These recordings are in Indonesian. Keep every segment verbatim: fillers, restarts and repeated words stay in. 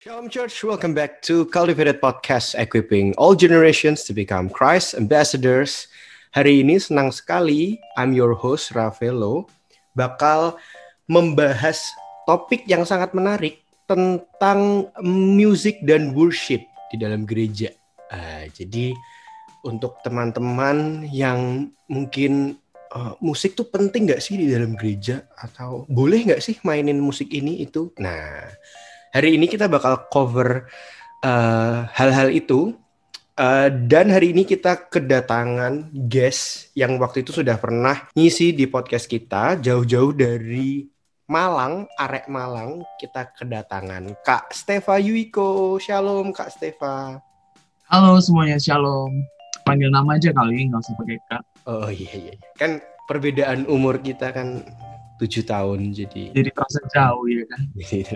Shalom Church, welcome back to Cultivated Podcast, equipping all generations to become Christ ambassadors. Hari ini senang sekali, I'm your host Ravelo, bakal membahas topik yang sangat menarik tentang music dan worship di dalam gereja. Uh, jadi untuk teman-teman yang mungkin uh, musik tuh penting gak sih di dalam gereja? Atau boleh gak sih mainin musik ini itu? Nah, hari ini kita bakal cover uh, hal-hal itu. Uh, dan hari ini kita kedatangan guest yang waktu itu sudah pernah ngisi di podcast kita. Jauh-jauh dari Malang, Arek Malang. Kita kedatangan Kak Stefa Yuiko. Shalom Kak Stefa. Halo semuanya, shalom. Panggil nama aja kali, nggak usah pakai Kak. Oh iya, iya. Kan perbedaan umur kita kan tujuh tahun. Jadi Jadi terasa jauh ya kan.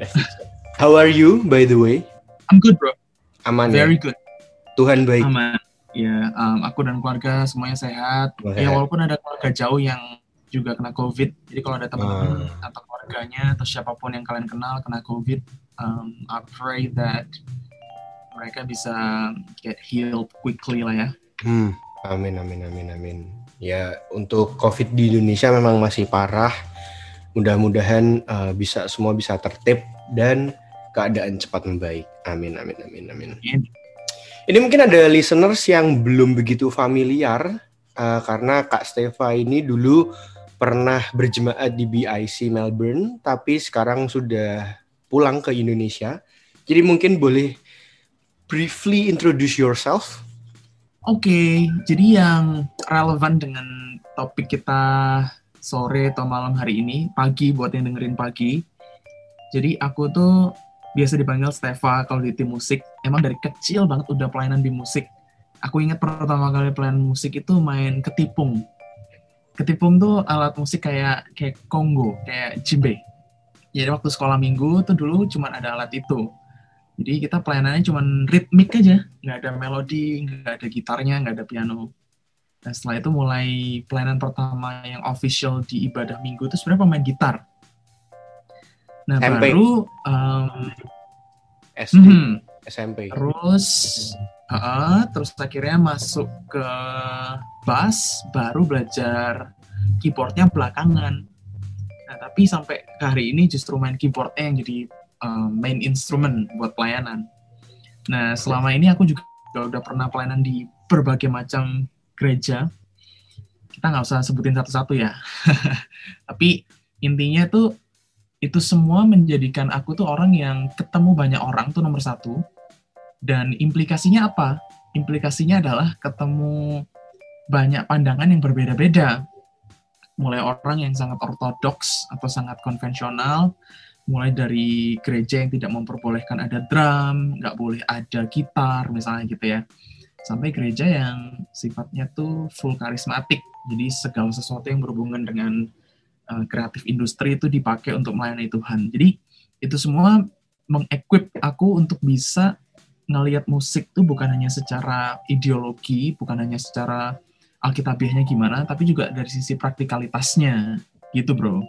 How are you, by the way? I'm good, bro. Aman. Very ya? good. Tuhan baik. Aman. Ya, um, aku dan keluarga semuanya sehat. Oh, ya, sehat. walaupun ada keluarga jauh yang juga kena COVID. Jadi kalau ada teman-teman Hmm. atau keluarganya atau siapapun yang kalian kenal kena COVID, um, I pray that mereka bisa get healed quickly lah ya. Hmm. Amin, amin, amin, amin. Ya, untuk COVID di Indonesia memang masih parah. Mudah-mudahan uh, bisa semua bisa tertib dan keadaan cepat membaik. Amin, amin, amin, amin. Amin. Ini mungkin ada listeners yang belum begitu familiar uh, karena Kak Stefa ini dulu pernah berjemaat di B I C Melbourne, tapi sekarang sudah pulang ke Indonesia. Jadi mungkin boleh briefly introduce yourself. Oke, okay, jadi yang relevan dengan topik kita sore atau malam hari ini, pagi buat yang dengerin pagi. Jadi aku tuh biasa dipanggil Stefa kalau di tim musik. Emang dari kecil banget udah pelayanan di musik. Aku ingat pertama kali pelayanan musik itu main ketipung. Ketipung tuh alat musik kayak kayak kongo, kayak djembe. Jadi waktu sekolah minggu tuh dulu cuma ada alat itu. Jadi kita pelayanannya cuma ritmik aja, nggak ada melodi, nggak ada gitarnya, nggak ada piano. Dan setelah itu mulai pelayanan pertama yang official di ibadah minggu itu sebenarnya pemain gitar. Nah M P. baru um, S D, hmm, S M P. terus uh, terus akhirnya masuk ke bass, baru belajar keyboardnya belakangan. Nah tapi sampai ke hari ini justru main keyboardnya yang jadi uh, main instrument buat pelayanan. Nah selama ini aku juga udah pernah pelayanan di berbagai macam gereja. Kita nggak usah sebutin satu-satu ya. Tapi intinya tuh itu semua menjadikan aku tuh orang yang ketemu banyak orang tuh nomor satu. Dan implikasinya apa? Implikasinya adalah ketemu banyak pandangan yang berbeda-beda. Mulai orang yang sangat ortodoks atau sangat konvensional, mulai dari gereja yang tidak memperbolehkan ada drum, nggak boleh ada gitar misalnya gitu ya. Sampai gereja yang sifatnya tuh full karismatik. Jadi segala sesuatu yang berhubungan dengan uh, kreatif industri itu dipakai untuk melayani Tuhan. Jadi itu semua meng-equip aku untuk bisa ngelihat musik tuh bukan hanya secara ideologi, bukan hanya secara alkitabiahnya gimana, tapi juga dari sisi praktikalitasnya. Gitu, bro.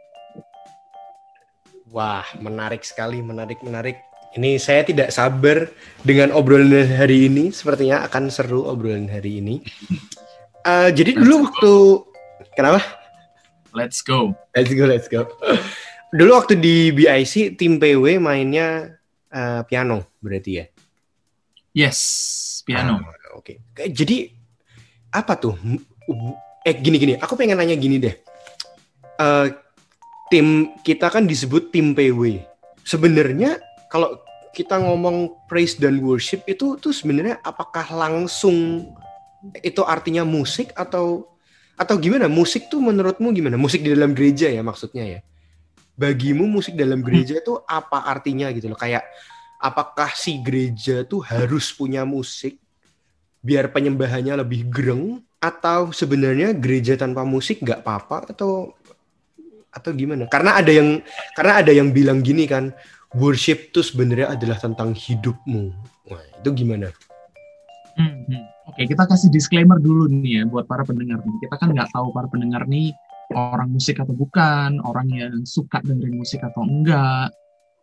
Wah, menarik sekali, menarik, menarik. Ini saya tidak sabar dengan obrolan hari ini. Sepertinya akan seru obrolan hari ini. Uh, jadi Let's dulu go. waktu... Kenapa? Let's go. Let's go, let's go. Dulu waktu di B I C, tim P W mainnya uh, piano, berarti ya? Yes, piano. Ah, Oke. Okay. Jadi, apa tuh? Eh, gini-gini. Aku pengen nanya gini deh. Uh, tim kita kan disebut tim P W. Sebenarnya kalau kita ngomong praise dan worship itu tuh sebenarnya apakah langsung itu artinya musik atau atau gimana? Musik tuh menurutmu gimana? Musik di dalam gereja ya maksudnya ya. Bagimu musik dalam gereja itu apa artinya gitu loh? Kayak apakah si gereja tuh harus punya musik biar penyembahannya lebih greng, atau sebenarnya gereja tanpa musik nggak apa-apa, atau atau gimana? Karena ada yang karena ada yang bilang gini kan, worship tuh sebenarnya adalah tentang hidupmu. Wah, itu gimana? Hmm, hmm. Oke, kita kasih disclaimer dulu nih ya buat para pendengar nih. Kita kan nggak tahu para pendengar nih orang musik atau bukan, orang yang suka dengerin musik atau enggak.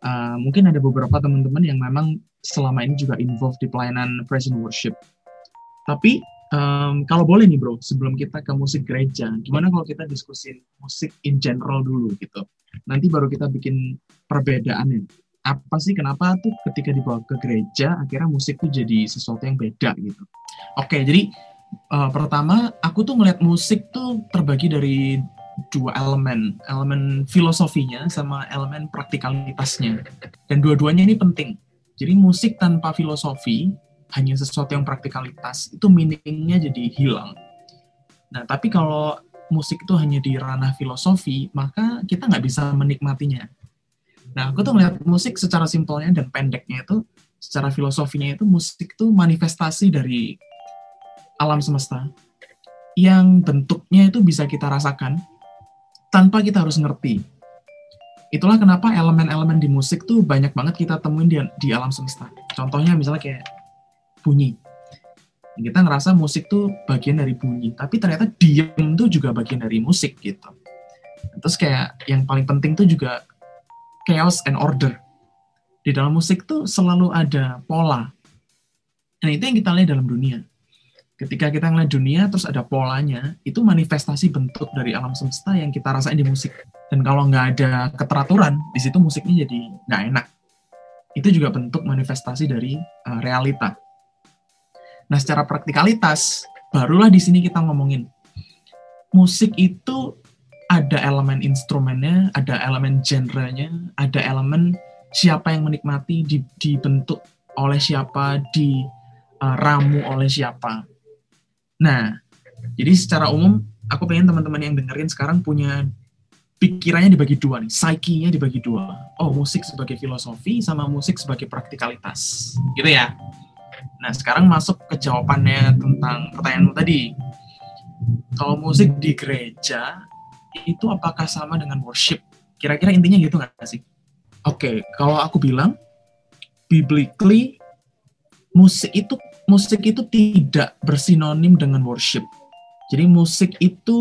Uh, mungkin ada beberapa teman-teman yang memang selama ini juga involved di pelayanan praise and worship. Tapi um, kalau boleh nih bro, sebelum kita ke musik gereja, gimana kalau kita diskusin musik in general dulu gitu. Nanti baru kita bikin perbedaannya. Apa sih kenapa tuh ketika dibawa ke gereja akhirnya musik tuh jadi sesuatu yang beda gitu. Oke, jadi uh, pertama aku tuh ngeliat musik tuh terbagi dari dua elemen, elemen filosofinya sama elemen praktikalitasnya. Dan dua-duanya ini penting. Jadi musik tanpa filosofi, hanya sesuatu yang praktikalitas, itu meaning-nya jadi hilang. Nah, tapi kalau musik itu hanya di ranah filosofi, maka kita nggak bisa menikmatinya. Nah, aku tuh ngeliat musik secara simpelnya dan pendeknya itu, secara filosofinya itu, musik itu manifestasi dari alam semesta, yang bentuknya itu bisa kita rasakan, tanpa kita harus ngerti. Itulah kenapa elemen-elemen di musik tuh banyak banget kita temuin di, di alam semesta. Contohnya misalnya kayak bunyi. Kita ngerasa musik tuh bagian dari bunyi, tapi ternyata diem tuh juga bagian dari musik gitu. Terus kayak yang paling penting tuh juga chaos and order. Di dalam musik tuh selalu ada pola. Dan itu yang kita lihat dalam dunia. Ketika kita ngeliat dunia, terus ada polanya, itu manifestasi bentuk dari alam semesta yang kita rasain di musik. Dan kalau nggak ada keteraturan, di situ musiknya jadi nggak enak. Itu juga bentuk manifestasi dari uh, realita. Nah, secara praktikalitas, barulah di sini kita ngomongin. Musik itu ada elemen instrumennya, ada elemen genrenya, ada elemen siapa yang menikmati, dibentuk oleh siapa, diramu oleh siapa. Nah, jadi secara umum, aku pengen teman-teman yang dengerin sekarang punya pikirannya dibagi dua nih, psyche-nya dibagi dua. Oh, musik sebagai filosofi sama musik sebagai praktikalitas. Gitu ya. Nah, sekarang masuk ke jawabannya tentang pertanyaanmu tadi. Kalau musik di gereja, itu apakah sama dengan worship? Kira-kira intinya gitu nggak sih? Oke, kalau aku bilang, biblically, musik itu musik itu tidak bersinonim dengan worship. Jadi musik itu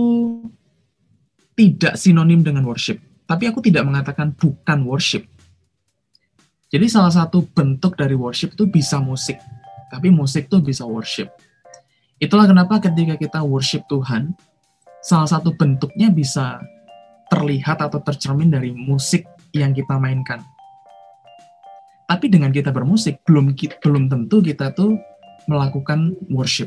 tidak sinonim dengan worship. Tapi aku tidak mengatakan bukan worship. Jadi salah satu bentuk dari worship itu bisa musik. Tapi musik itu bisa worship. Itulah kenapa ketika kita worship Tuhan, salah satu bentuknya bisa terlihat atau tercermin dari musik yang kita mainkan. Tapi dengan kita bermusik, belum belum tentu kita tuh melakukan worship.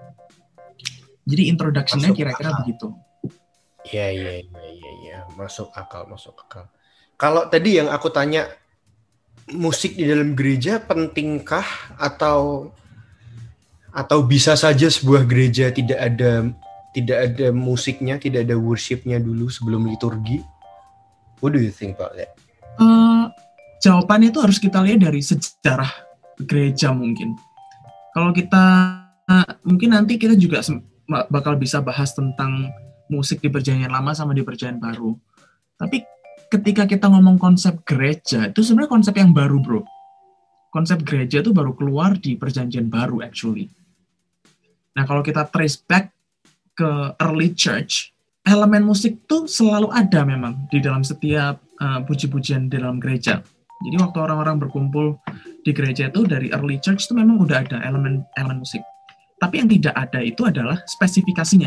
Jadi introduction-nya kira-kira akal. Begitu. Iya, iya, iya, iya, ya. Masuk akal, masuk akal. Kalau tadi yang aku tanya, musik di dalam gereja pentingkah atau atau bisa saja sebuah gereja tidak ada tidak ada musiknya, tidak ada worship-nya dulu sebelum liturgi? What do you think about that? Uh, jawabannya itu harus kita lihat dari sejarah gereja mungkin. Kalau kita, mungkin nanti kita juga bakal bisa bahas tentang musik di perjanjian lama sama di perjanjian baru. Tapi ketika kita ngomong konsep gereja, itu sebenarnya konsep yang baru, bro. Konsep gereja itu baru keluar di perjanjian baru, actually. Nah, kalau kita trace back ke early church, elemen musik tuh selalu ada memang di dalam setiap uh, puji-pujian di dalam gereja. Jadi waktu orang-orang berkumpul di gereja itu dari early church itu memang udah ada elemen-elemen musik. Tapi yang tidak ada itu adalah spesifikasinya.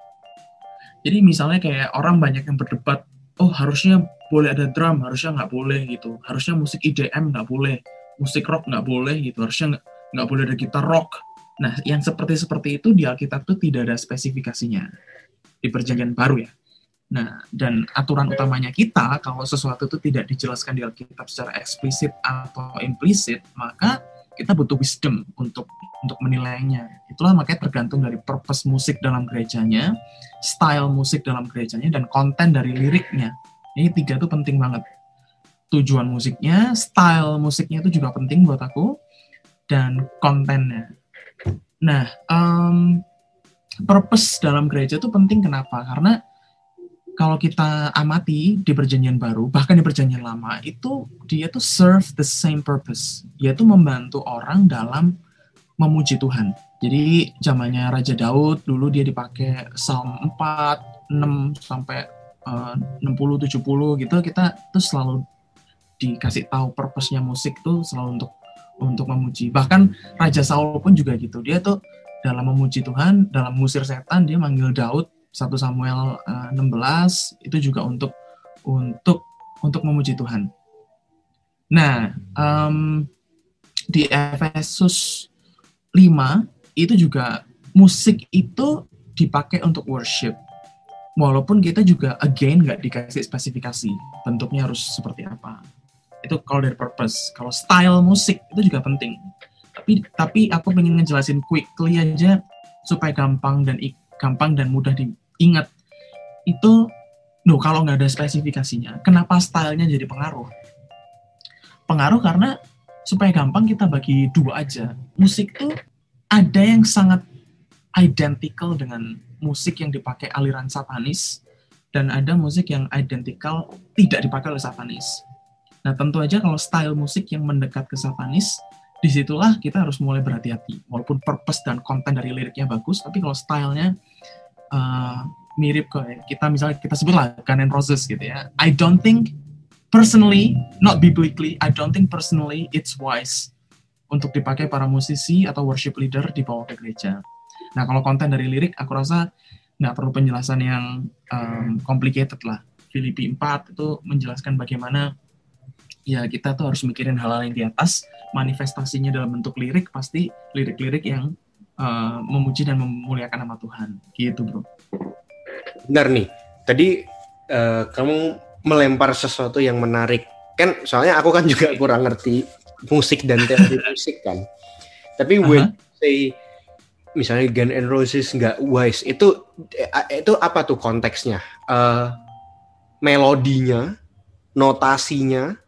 Jadi misalnya kayak orang banyak yang berdebat, oh harusnya boleh ada drum, harusnya nggak boleh gitu. Harusnya musik E D M nggak boleh, musik rock nggak boleh gitu. Harusnya nggak, nggak boleh ada gitar rock. Nah, yang seperti-seperti itu di Alkitab itu tidak ada spesifikasinya. Di perjanjian baru ya. Nah, dan aturan utamanya kita, kalau sesuatu itu tidak dijelaskan di Alkitab secara eksplisit atau implisit, maka kita butuh wisdom untuk untuk menilainya. Itulah makanya tergantung dari purpose musik dalam gerejanya, style musik dalam gerejanya, dan konten dari liriknya. Ini tiga itu penting banget. Tujuan musiknya, style musiknya itu juga penting buat aku, dan kontennya. Nah, um, purpose dalam gereja itu penting kenapa? Karena kalau kita amati di perjanjian baru, bahkan di perjanjian lama, itu dia tuh serve the same purpose, yaitu membantu orang dalam memuji Tuhan. Jadi zamannya Raja Daud, dulu dia dipakai Psalm empat, enam, sampai uh, enam puluh, tujuh puluh gitu, kita tuh selalu dikasih tahu purpose-nya musik tuh selalu untuk untuk memuji. Bahkan Raja Saul pun juga gitu. Dia tuh dalam memuji Tuhan, dalam mengusir setan, dia manggil Daud satu Samuel uh, enam belas itu juga untuk untuk untuk memuji Tuhan. Nah, um, di Efesus lima itu juga musik itu dipakai untuk worship. Walaupun kita juga again nggak dikasih spesifikasi bentuknya harus seperti apa. Itu kalau dari purpose. Kalau style musik itu juga penting. Tapi tapi aku pengen ngejelasin quickly aja supaya gampang dan gampang dan mudah diingat. Itu loh, kalau nggak ada spesifikasinya, kenapa stylenya jadi pengaruh? Pengaruh karena supaya gampang kita bagi dua aja. Musik tuh ada yang sangat identical dengan musik yang dipakai aliran satanis, dan ada musik yang identical tidak dipakai oleh satanis. Nah, tentu aja kalau style musik yang mendekat ke satanis, disitulah kita harus mulai berhati-hati. Walaupun purpose dan konten dari liriknya bagus, tapi kalau stylenya uh, mirip ke kita, misalnya kita sebutlah Guns N' Roses gitu ya. I don't think personally, not biblically, I don't think personally it's wise untuk dipakai para musisi atau worship leader di bawah gereja. Nah, kalau konten dari lirik, aku rasa nggak perlu penjelasan yang um, complicated lah. Filipi empat itu menjelaskan bagaimana ya kita tuh harus mikirin hal-hal yang di atas, manifestasinya dalam bentuk lirik, pasti lirik-lirik yang uh, memuji dan memuliakan nama Tuhan. Gitu, bro. Benar nih, tadi uh, kamu melempar sesuatu yang menarik. Kan soalnya aku kan juga kurang ngerti musik dan teori musik kan. Tapi uh-huh. when say misalnya Guns N' Roses nggak wise, itu itu apa tuh konteksnya? Uh, melodinya, notasinya,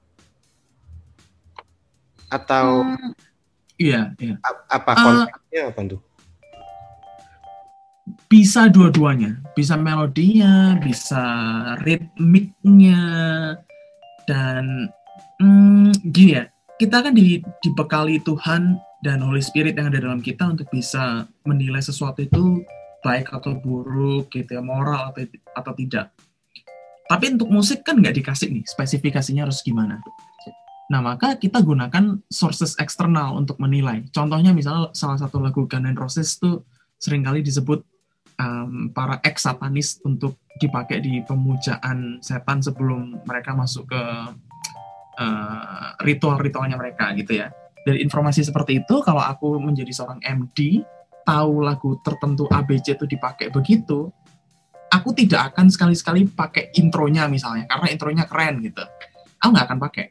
atau hmm, iya, iya. apa konteksnya uh, apa tuh? Bisa dua-duanya, bisa melodinya, bisa ritmiknya, dan hmm, gini ya, kita kan di, dibekali Tuhan dan Holy Spirit yang ada dalam kita untuk bisa menilai sesuatu itu baik atau buruk, gitu ya, moral atau, atau tidak. Tapi untuk musik kan nggak dikasih nih spesifikasinya harus gimana. Nah, maka kita gunakan sources eksternal untuk menilai. Contohnya misalnya salah satu lagu Guns N' Roses itu seringkali disebut um, para ex-satanis untuk dipakai di pemujaan setan sebelum mereka masuk ke uh, ritual-ritualnya mereka gitu ya. Dari informasi seperti itu, kalau aku menjadi seorang M D, tahu lagu tertentu A B C itu dipakai begitu, aku tidak akan sekali-sekali pakai intronya misalnya, karena intronya keren gitu. Aku nggak akan pakai.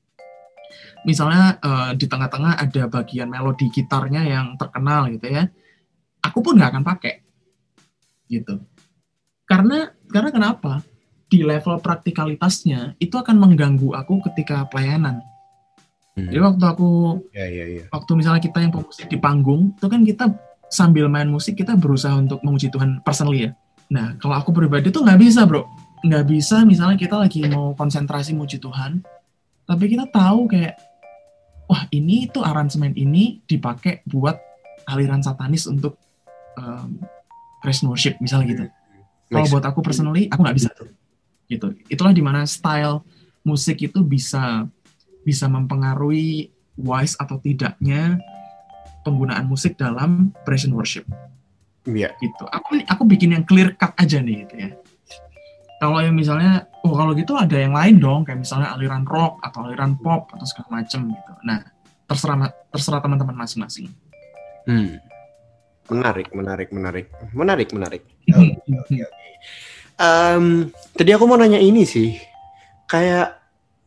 Misalnya uh, di tengah-tengah ada bagian melodi gitarnya yang terkenal gitu ya, aku pun nggak akan pakai gitu. Karena karena kenapa? Di level praktikalitasnya itu akan mengganggu aku ketika pelayanan. Hmm. Jadi waktu aku, ya, ya, ya. waktu misalnya kita yang pemusik di panggung, itu kan kita sambil main musik kita berusaha untuk memuji Tuhan personally ya. Nah kalau aku pribadi tuh nggak bisa bro, nggak bisa misalnya kita lagi mau konsentrasi muji Tuhan, tapi kita tahu kayak wah ini tuh aransemen ini dipakai buat aliran satanis untuk um, praise worship misalnya gitu. Kalau buat aku personally, aku nggak bisa tuh. Gitu. Itulah dimana style musik itu bisa bisa mempengaruhi wise atau tidaknya penggunaan musik dalam praise and worship. Iya. Gitu. Aku aku bikin yang clear cut aja nih gitu ya. Kalau yang misalnya, oh kalau gitu ada yang lain dong, kayak misalnya aliran rock atau aliran pop atau segala macam gitu. Nah, terserah terserah teman-teman masing-masing. Hmm. Menarik, menarik, menarik, menarik, menarik. Okay, okay, okay. Um, tadi aku mau nanya ini sih, kayak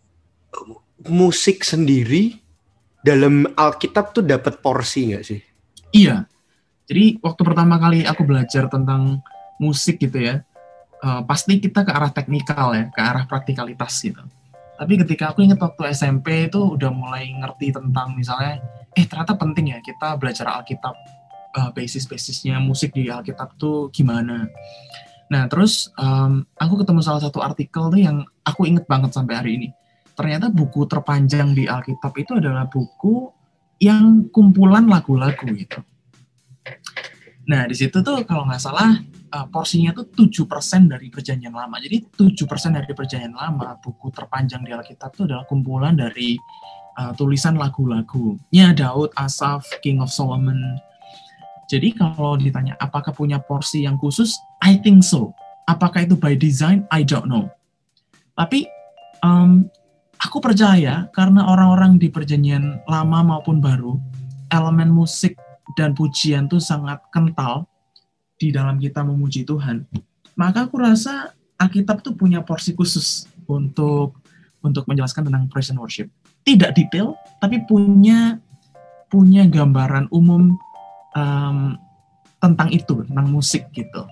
musik sendiri dalam Alkitab tuh dapat porsi nggak sih? Iya. Jadi waktu pertama kali aku belajar tentang musik gitu ya. Uh, pasti kita ke arah teknikal ya, ke arah praktikalitas gitu. Tapi ketika aku ingat waktu S M P itu udah mulai ngerti tentang misalnya, eh ternyata penting ya kita belajar Alkitab, uh, basis-basisnya musik di Alkitab tuh gimana. Nah terus um, aku ketemu salah satu artikel tuh yang aku inget banget sampai hari ini. Ternyata buku terpanjang di Alkitab itu adalah buku yang kumpulan lagu-lagu gitu. Nah di situ tuh kalau nggak salah uh, porsinya tuh tujuh persen dari Perjanjian Lama. Jadi tujuh persen dari Perjanjian Lama, buku terpanjang di Alkitab itu adalah kumpulan dari uh, tulisan lagu-lagunya Daud, Asaf, King of Solomon. Jadi kalau ditanya apakah punya porsi yang khusus, I think so. Apakah itu by design? I don't know. Tapi um, aku percaya karena orang-orang di Perjanjian Lama maupun Baru, elemen musik dan pujian tuh sangat kental di dalam kita memuji Tuhan. Maka aku rasa Alkitab tuh punya porsi khusus untuk untuk menjelaskan tentang praise and worship. Tidak detail, tapi punya punya gambaran umum um, tentang itu, tentang musik gitu.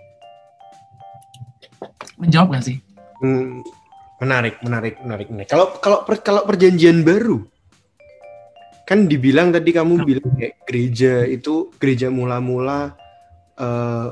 Menjawab nggak sih? Hmm, menarik, menarik, menarik, menarik. Kalau kalau per, kalau Perjanjian Baru, kan dibilang tadi kamu bilang kayak gereja itu gereja mula-mula uh,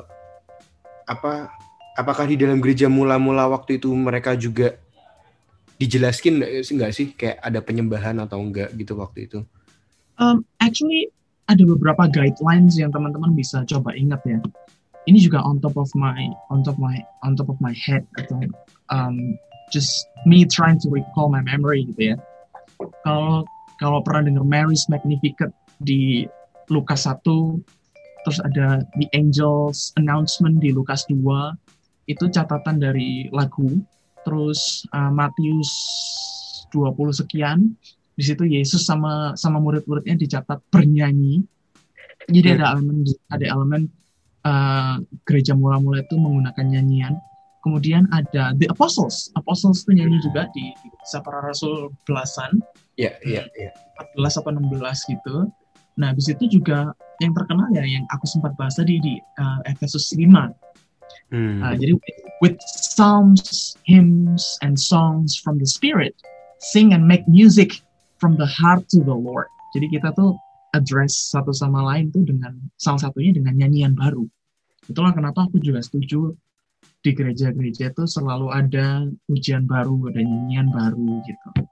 apa apakah di dalam gereja mula-mula waktu itu mereka juga dijelaskin nggak sih kayak ada penyembahan atau enggak gitu waktu itu? Um, actually ada beberapa guidelines yang teman-teman bisa coba ingat ya. Ini juga on top of my on top my on top of my head atau um, just me trying to recall my memory gitu ya. Kalau Kalau pernah dengar Mary's Magnificat di Lukas satu, terus ada The Angel's Announcement di Lukas dua, itu catatan dari lagu, terus uh, Matius dua puluh sekian, di situ Yesus sama sama murid-muridnya dicatat bernyanyi. Jadi ada elemen ada elemen uh, gereja mula-mula itu menggunakan nyanyian. Kemudian ada The Apostles. Apostles itu nyanyi juga di Kisah Para Rasul belasan. Iya, iya, iya. empat belas atau enam belas gitu. Nah, habis itu juga yang terkenal ya yang aku sempat bahas tadi di uh, Efesus lima. Hmm. Uh, jadi with psalms, hymns, and songs from the Spirit, sing and make music from the heart to the Lord. Jadi kita tuh address satu sama lain tuh dengan salah satunya dengan nyanyian baru. Itulah kenapa aku juga setuju di gereja-gereja itu selalu ada pujian baru, ada nyanyian baru gitu.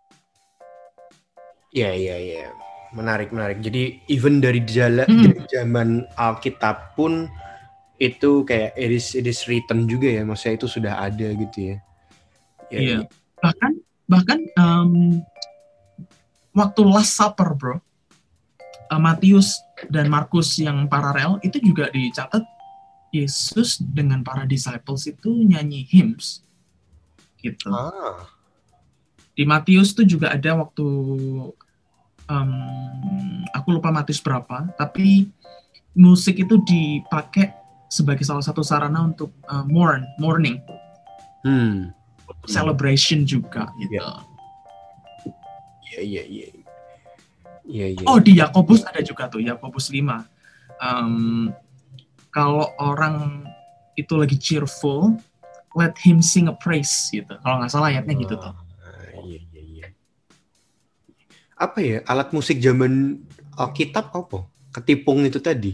Iya, iya, iya. Menarik, menarik. Jadi even dari jala, hmm. zaman Alkitab pun itu kayak it is, it is written juga ya. Maksudnya itu sudah ada gitu ya. Iya. Yeah. Bahkan bahkan um, waktu Last Supper, bro, uh, Matius dan Markus yang paralel itu juga dicatat Yesus dengan para disciples itu nyanyi hymns gitu. Ah. Di Matius tuh juga ada waktu um, aku lupa Matius berapa, tapi musik itu dipakai sebagai salah satu sarana untuk uh, mourn, mourning, hmm. celebration juga gitu. Iya iya iya. Iya iya. Oh di Yakobus ada juga tuh Yakobus lima. Um, kalau orang itu lagi cheerful, let him sing a praise gitu. Kalau nggak salah ayatnya gitu tuh. Iya iya iya. Apa ya alat musik zaman Alkitab apa? Ketipung itu tadi.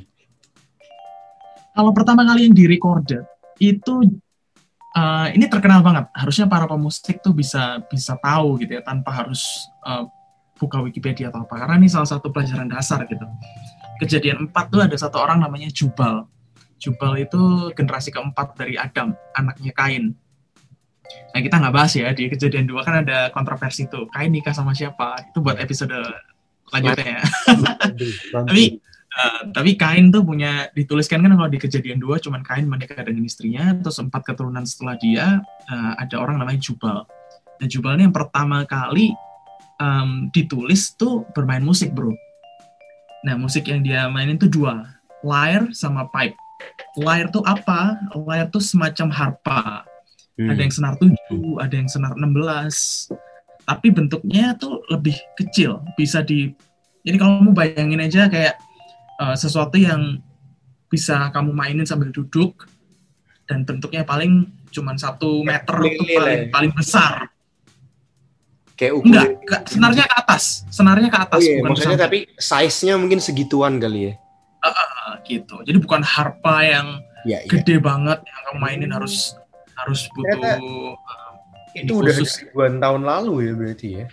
Kalau pertama kali yang direcorded itu uh, ini terkenal banget. Harusnya para pemusik tuh bisa bisa tahu gitu ya tanpa harus uh, buka Wikipedia atau apa. Karena ini salah satu pelajaran dasar gitu. Kejadian empat tuh ada satu orang namanya Jubal. Jubal itu generasi keempat dari Adam, anaknya Kain. Nah kita nggak bahas ya, di Kejadian dua kan ada kontroversi tuh, Kain nikah sama siapa, itu buat episode lanjutnya ya. tapi uh, tapi Kain tuh punya, dituliskan kan kalau di Kejadian dua cuman Kain menikah dengan istrinya, terus empat keturunan setelah dia uh, ada orang namanya Jubal. Nah Jubal ini yang pertama kali um, ditulis tuh bermain musik bro. Nah musik yang dia mainin tuh dua, lyre sama pipe. Lyre tuh apa? Lyre tuh semacam harpa. Hmm. Ada yang senar tujuh, ada yang senar enam belas. Tapi bentuknya tuh lebih kecil. Bisa di... Jadi kalau kamu bayangin aja kayak uh, sesuatu yang bisa kamu mainin sambil duduk dan bentuknya paling cuma satu meter itu paling, paling besar. Kayak ukuran. Enggak, senarnya ke atas. Senarnya ke atas. Oh iya, bukan maksudnya tapi size-nya mungkin segituan kali ya. Uh, uh, gitu. Jadi bukan harpa yang ya, gede ya. banget yang kamu mainin harus harus butuh uh, itu udah khusus. Ribuan tahun lalu ya berarti ya.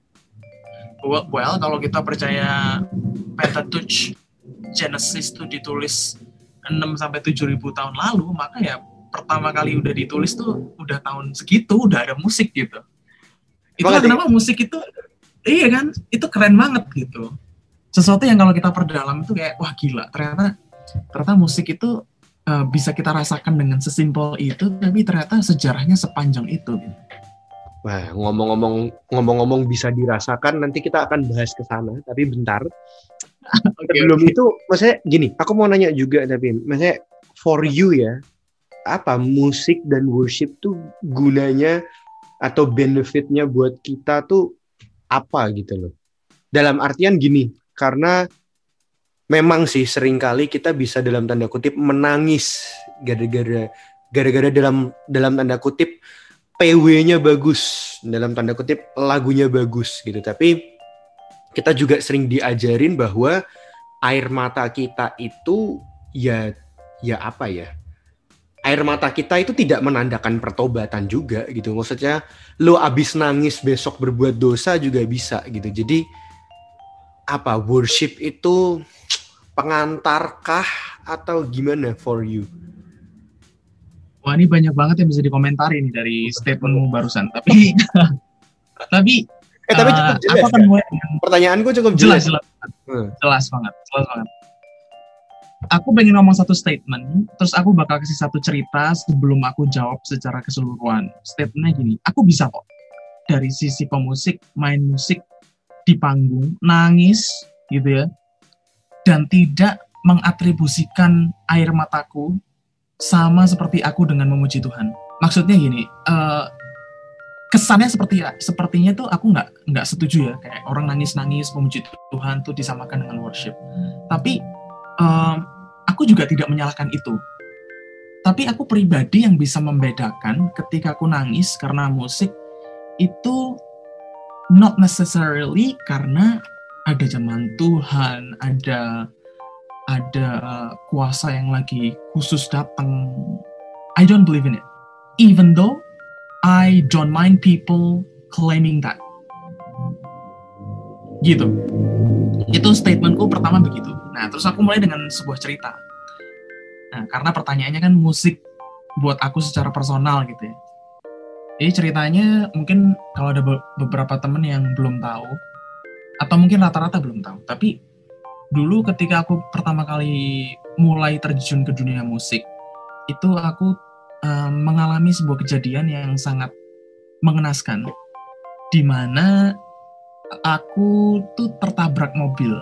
Well, well kalau kita percaya Pentateuch Genesis itu ditulis enam sampai tujuh ribu tahun lalu, maka ya pertama kali udah ditulis tuh udah tahun segitu, udah ada musik gitu. Itulah kenapa musik itu, iya kan, itu keren banget gitu. Sesuatu yang kalau kita perdalam itu kayak, wah gila, ternyata ternyata musik itu uh, bisa kita rasakan dengan sesimpel itu, tapi ternyata sejarahnya sepanjang itu gitu. Wah, ngomong-ngomong ngomong-ngomong bisa dirasakan, nanti kita akan bahas ke sana, tapi bentar. Okay, Sebelum okay. itu, maksudnya gini, aku mau nanya juga, tapi maksudnya for you ya, apa musik dan worship tuh gunanya atau benefitnya buat kita tuh apa gitu loh? Dalam artian gini, karena memang sih seringkali kita bisa dalam tanda kutip menangis gara-gara gara-gara dalam dalam tanda kutip P W-nya bagus, dalam tanda kutip lagunya bagus gitu. Tapi kita juga sering diajarin bahwa air mata kita itu ya ya apa ya? Air mata kita itu tidak menandakan pertobatan juga gitu. Maksudnya lo abis nangis besok berbuat dosa juga bisa gitu. Jadi apa, worship itu pengantarkah atau gimana for you? Wah, ini banyak banget yang bisa dikomentari nih dari statementmu barusan. Tapi, tapi, eh tapi cukup jelas. Aku akan mulai dengan pertanyaanku cukup jelas. Jelas, jelas, hmm. jelas banget, jelas banget. Aku pengen ngomong satu statement, terus aku bakal kasih satu cerita sebelum aku jawab secara keseluruhan. Statementnya gini, aku bisa kok dari sisi pemusik, main musik di panggung, nangis gitu ya, dan tidak mengatribusikan air mataku sama seperti aku dengan memuji Tuhan. Maksudnya gini, uh, kesannya seperti sepertinya tuh aku nggak nggak setuju ya, kayak orang nangis-nangis memuji Tuhan tuh disamakan dengan worship. Tapi um, aku juga tidak menyalahkan itu. Tapi aku pribadi yang bisa membedakan ketika aku nangis karena musik itu not necessarily karena ada zaman Tuhan, ada ada kuasa yang lagi khusus datang. I don't believe in it. Even though I don't mind people claiming that. Gitu. Itu statementku pertama begitu. Nah, terus aku mulai dengan sebuah cerita. Nah, karena pertanyaannya kan musik buat aku secara personal gitu ya. Jadi ceritanya mungkin kalau ada beberapa temen yang belum tahu, atau mungkin rata-rata belum tahu, tapi dulu ketika aku pertama kali mulai terjun ke dunia musik, itu aku um, mengalami sebuah kejadian yang sangat mengenaskan, di mana aku tuh tertabrak mobil.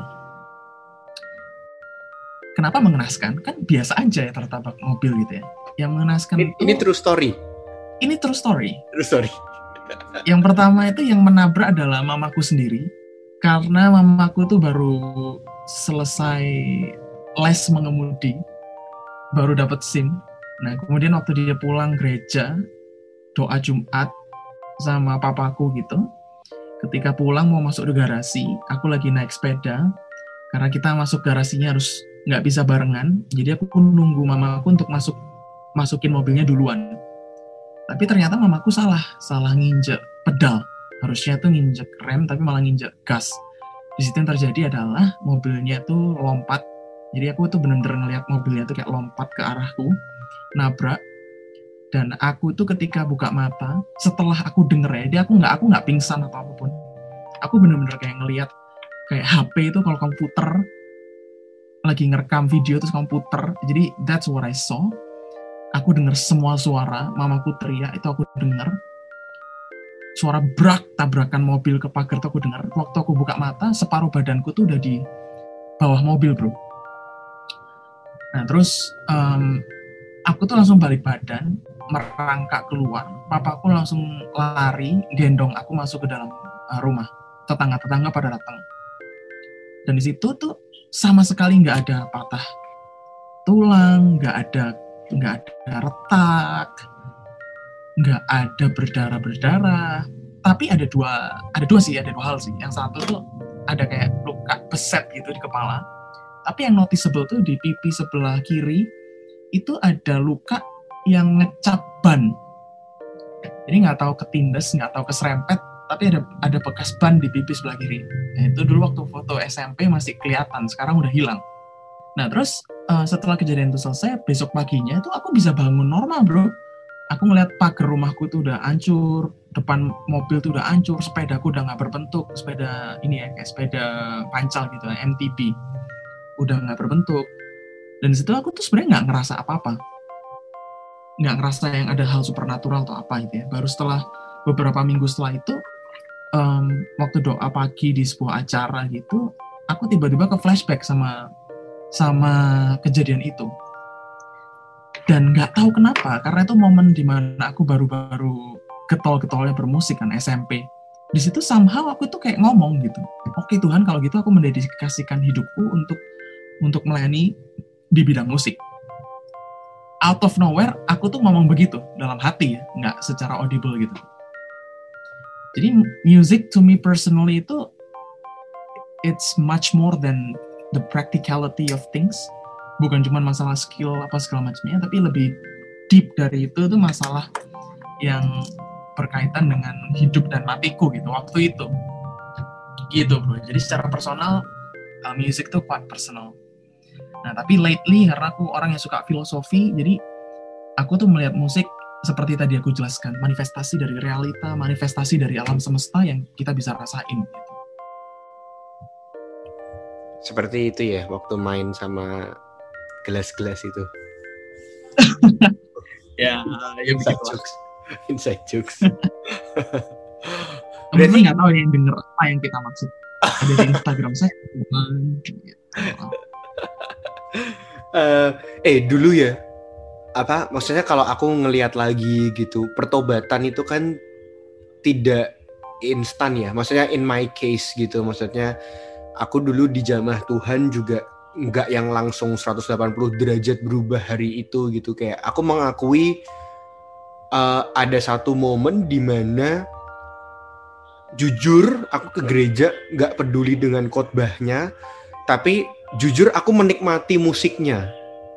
Kenapa mengenaskan? Kan biasa aja ya tertabrak mobil gitu ya. Yang mengenaskan ini, itu... Ini true story? Ini true story. True story. Yang pertama itu yang menabrak adalah mamaku sendiri. Karena mamaku tuh baru selesai les mengemudi, baru dapat SIM. Nah, kemudian waktu dia pulang gereja, doa Jumat sama papaku gitu. Ketika pulang mau masuk ke garasi, aku lagi naik sepeda. Karena kita masuk garasinya harus nggak bisa barengan, jadi aku nunggu mamaku untuk masuk masukin mobilnya duluan. Tapi ternyata mamaku salah, salah nginjek pedal. Harusnya tuh nginjek rem, tapi malah nginjek gas. Di situ yang terjadi adalah mobilnya tuh lompat. Jadi aku tuh bener-bener ngeliat mobilnya tuh kayak lompat ke arahku, nabrak. Dan aku tuh ketika buka mata, setelah aku denger ya, dia aku nggak aku nggak pingsan atau apapun. Aku bener-bener kayak ngeliat kayak H P itu kalau komputer lagi ngerekam video terus komputer. Jadi that's what I saw. Aku denger semua suara, mamaku teriak itu aku denger. Suara brak tabrakan mobil ke pagar tuh aku dengar. Waktu aku buka mata, separuh badanku tuh udah di bawah mobil, bro. Nah, terus um, aku tuh langsung balik badan, merangkak keluar. Papaku langsung lari, gendong aku masuk ke dalam uh, rumah. Tetangga-tetangga pada datang. Dan di situ tuh sama sekali nggak ada patah tulang, nggak ada nggak ada retak, nggak ada berdarah-berdarah, tapi ada dua, ada dua sih, ada dua hal sih. Yang satu tuh ada kayak luka beset gitu di kepala, tapi yang noticeable tuh di pipi sebelah kiri itu ada luka yang ngecap ban. Jadi nggak tahu ketindes, nggak tahu keserempet, tapi ada ada bekas ban di pipi sebelah kiri. Nah, itu dulu waktu foto S M P masih kelihatan, sekarang udah hilang. Nah terus uh, setelah kejadian itu selesai, besok paginya itu aku bisa bangun normal, bro. Aku ngeliat pagar rumahku tuh udah hancur, depan mobil tuh udah hancur, sepedaku udah nggak berbentuk, sepeda ini ya, kayak sepeda pancal gitu, M T B, udah nggak berbentuk. Dan disitu aku tuh sebenarnya nggak ngerasa apa-apa, nggak ngerasa yang ada hal supernatural atau apa gitu ya. Baru setelah beberapa minggu setelah itu, um, waktu doa pagi di sebuah acara gitu, aku tiba-tiba ke flashback sama sama kejadian itu. Dan nggak tahu kenapa, karena itu momen dimana aku baru-baru getol-getolnya bermusik kan, S M P. Di situ somehow aku tuh kayak ngomong gitu, oke Tuhan, kalau gitu aku mendedikasikan hidupku untuk untuk melayani di bidang musik. Out of nowhere, aku tuh ngomong begitu dalam hati ya, nggak secara audible gitu. Jadi music to me personally itu, it's much more than the practicality of things. Bukan cuma masalah skill apa segala macamnya, tapi lebih deep dari itu tuh masalah yang berkaitan dengan hidup dan matiku gitu waktu itu. Gitu bro. Jadi secara personal, uh, music tuh quite personal. Nah tapi lately karena aku orang yang suka filosofi, jadi aku tuh melihat musik seperti tadi aku jelaskan, manifestasi dari realita, manifestasi dari alam semesta yang kita bisa rasain gitu. Seperti itu ya waktu main sama gelas-gelas itu. ya, ya inside jokes. Inside jokes. Teman-teman nggak tahu yang denger apa yang kita maksud. Ada di Instagram saya. uh, eh dulu ya, apa maksudnya kalau aku ngelihat lagi gitu, pertobatan itu kan tidak instan ya. Maksudnya in my case gitu, maksudnya aku dulu dijamah Tuhan juga nggak yang langsung seratus delapan puluh derajat berubah hari itu gitu. Kayak aku mengakui uh, ada satu momen di mana jujur aku ke gereja nggak peduli dengan khotbahnya, tapi jujur aku menikmati musiknya.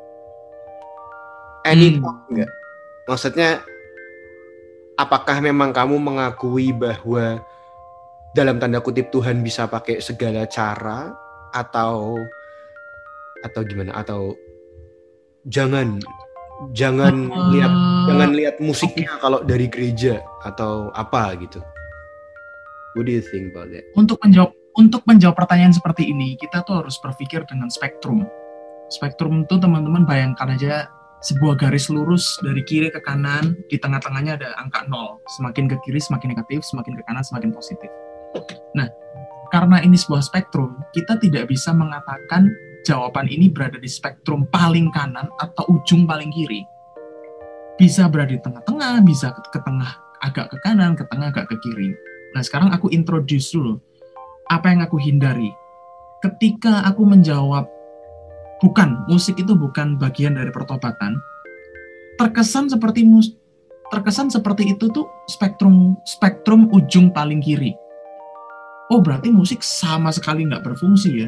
Anytime hmm. nggak? Maksudnya apakah memang kamu mengakui bahwa dalam tanda kutip Tuhan bisa pakai segala cara, atau atau gimana, atau jangan jangan uh, lihat jangan lihat musiknya okay. kalau dari gereja atau apa gitu. What do you think about that? Untuk menjawab untuk menjawab pertanyaan seperti ini, kita tuh harus berpikir dengan spektrum. Spektrum itu teman-teman bayangkan aja sebuah garis lurus dari kiri ke kanan, di tengah-tengahnya ada angka nol. Semakin ke kiri semakin negatif, semakin ke kanan semakin positif. Nah, karena ini sebuah spektrum, kita tidak bisa mengatakan jawaban ini berada di spektrum paling kanan atau ujung paling kiri. Bisa berada di tengah-tengah, bisa ke tengah agak ke kanan, ke tengah agak ke kiri. Nah, sekarang aku introduce dulu apa yang aku hindari. Ketika aku menjawab bukan, musik itu bukan bagian dari pertobatan, terkesan seperti mus- terkesan seperti itu tuh spektrum spektrum ujung paling kiri. Oh, berarti musik sama sekali nggak berfungsi ya.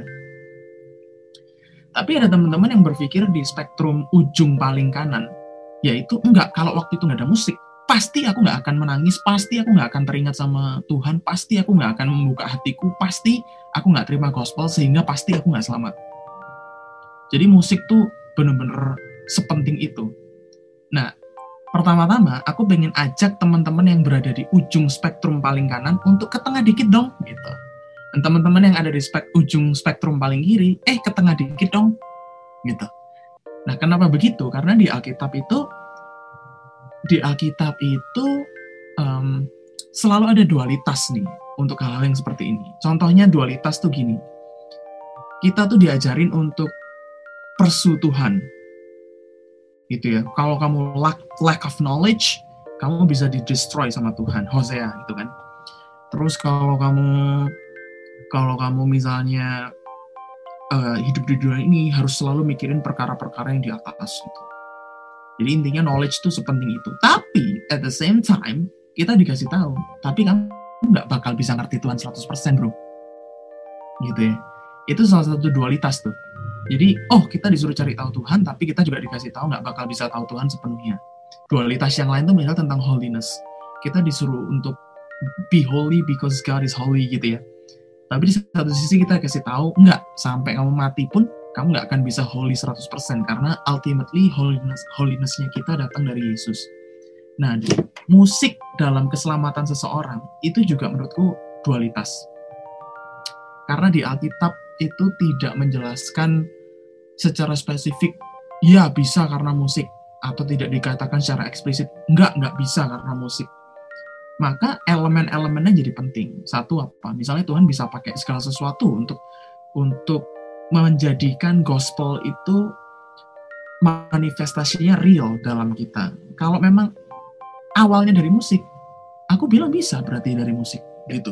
Tapi ada teman-teman yang berpikir di spektrum ujung paling kanan, yaitu enggak, kalau waktu itu nggak ada musik, pasti aku nggak akan menangis, pasti aku nggak akan teringat sama Tuhan, pasti aku nggak akan membuka hatiku, pasti aku nggak terima gospel, sehingga pasti aku nggak selamat. Jadi musik tuh bener-bener sepenting itu. Nah, pertama-tama aku pengen ajak teman-teman yang berada di ujung spektrum paling kanan untuk ke tengah dikit dong, gitu. Dan teman-teman yang ada di spek, ujung spektrum paling kiri, eh ke tengah dikit dong, gitu. Nah, kenapa begitu? Karena di Alkitab itu, di Alkitab itu um, selalu ada dualitas nih untuk hal-hal yang seperti ini. Contohnya dualitas tuh gini, kita tuh diajarin untuk pursue Tuhan, gitu ya. Kalau kamu lack, lack of knowledge, kamu bisa di-destroy sama Tuhan, Hosea gitu kan. Terus kalau kamu kalau kamu misalnya uh, hidup di dunia ini harus selalu mikirin perkara-perkara yang di atas gitu. Jadi intinya knowledge itu sepenting itu. Tapi at the same time kita dikasih tahu, tapi kamu nggak bakal bisa ngerti Tuhan seratus persen bro, gitu ya. Itu salah satu dualitas tuh. Jadi, oh kita disuruh cari tahu Tuhan, tapi kita juga dikasih tahu nggak bakal bisa tahu Tuhan sepenuhnya. Dualitas yang lain tuh misal tentang holiness. Kita disuruh untuk be holy because God is holy gitu ya. Tapi di satu sisi kita kasih tahu, nggak, sampai kamu mati pun kamu nggak akan bisa holy seratus persen karena ultimately holiness holiness-nya kita datang dari Yesus. Nah, musik dalam keselamatan seseorang itu juga menurutku dualitas. Karena di Alkitab itu tidak menjelaskan secara spesifik, ya bisa karena musik, atau tidak dikatakan secara eksplisit, enggak, enggak bisa karena musik. Maka elemen-elemennya jadi penting. Satu apa? Misalnya Tuhan bisa pakai segala sesuatu untuk untuk menjadikan gospel itu manifestasinya real dalam kita. Kalau memang awalnya dari musik, aku bilang bisa berarti dari musik gitu.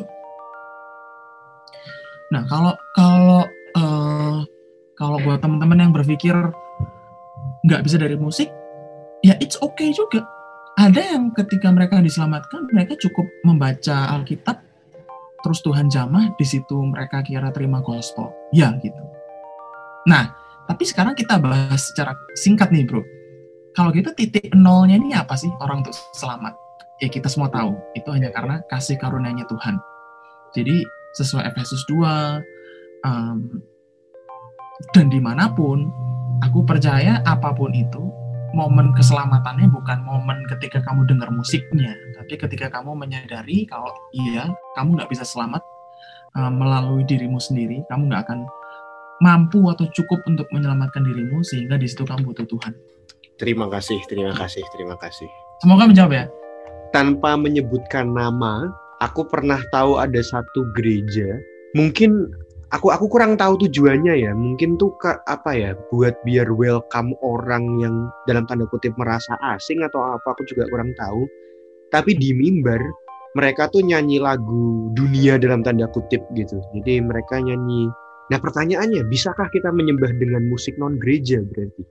Nah, kalau kalau uh, kalau buat teman-teman yang berpikir nggak bisa dari musik, ya it's okay juga. Ada yang ketika mereka diselamatkan, mereka cukup membaca Alkitab, terus Tuhan jamah, di situ mereka kira terima gospel. Ya, gitu. Nah, tapi sekarang kita bahas secara singkat nih, bro. Kalau gitu titik nolnya ini apa sih orang untuk selamat? Ya kita semua tahu, itu hanya karena kasih karunia-Nya Tuhan. Jadi sesuai Efesus dua, um, dan dimanapun, aku percaya apapun itu, momen keselamatannya bukan momen ketika kamu dengar musiknya, tapi ketika kamu menyadari kalau iya, kamu nggak bisa selamat uh, melalui dirimu sendiri, kamu nggak akan mampu atau cukup untuk menyelamatkan dirimu, sehingga di situ kamu butuh Tuhan. Terima kasih, terima kasih, terima kasih. Semoga menjawab ya. Tanpa menyebutkan nama, aku pernah tahu ada satu gereja. Mungkin aku aku kurang tahu tujuannya ya. Mungkin tuh ke, apa ya, buat biar welcome orang yang dalam tanda kutip merasa asing atau apa, aku juga kurang tahu. Tapi di mimbar mereka tuh nyanyi lagu dunia dalam tanda kutip gitu. Jadi mereka nyanyi. Nah pertanyaannya, bisakah kita menyembah dengan musik non gereja berarti?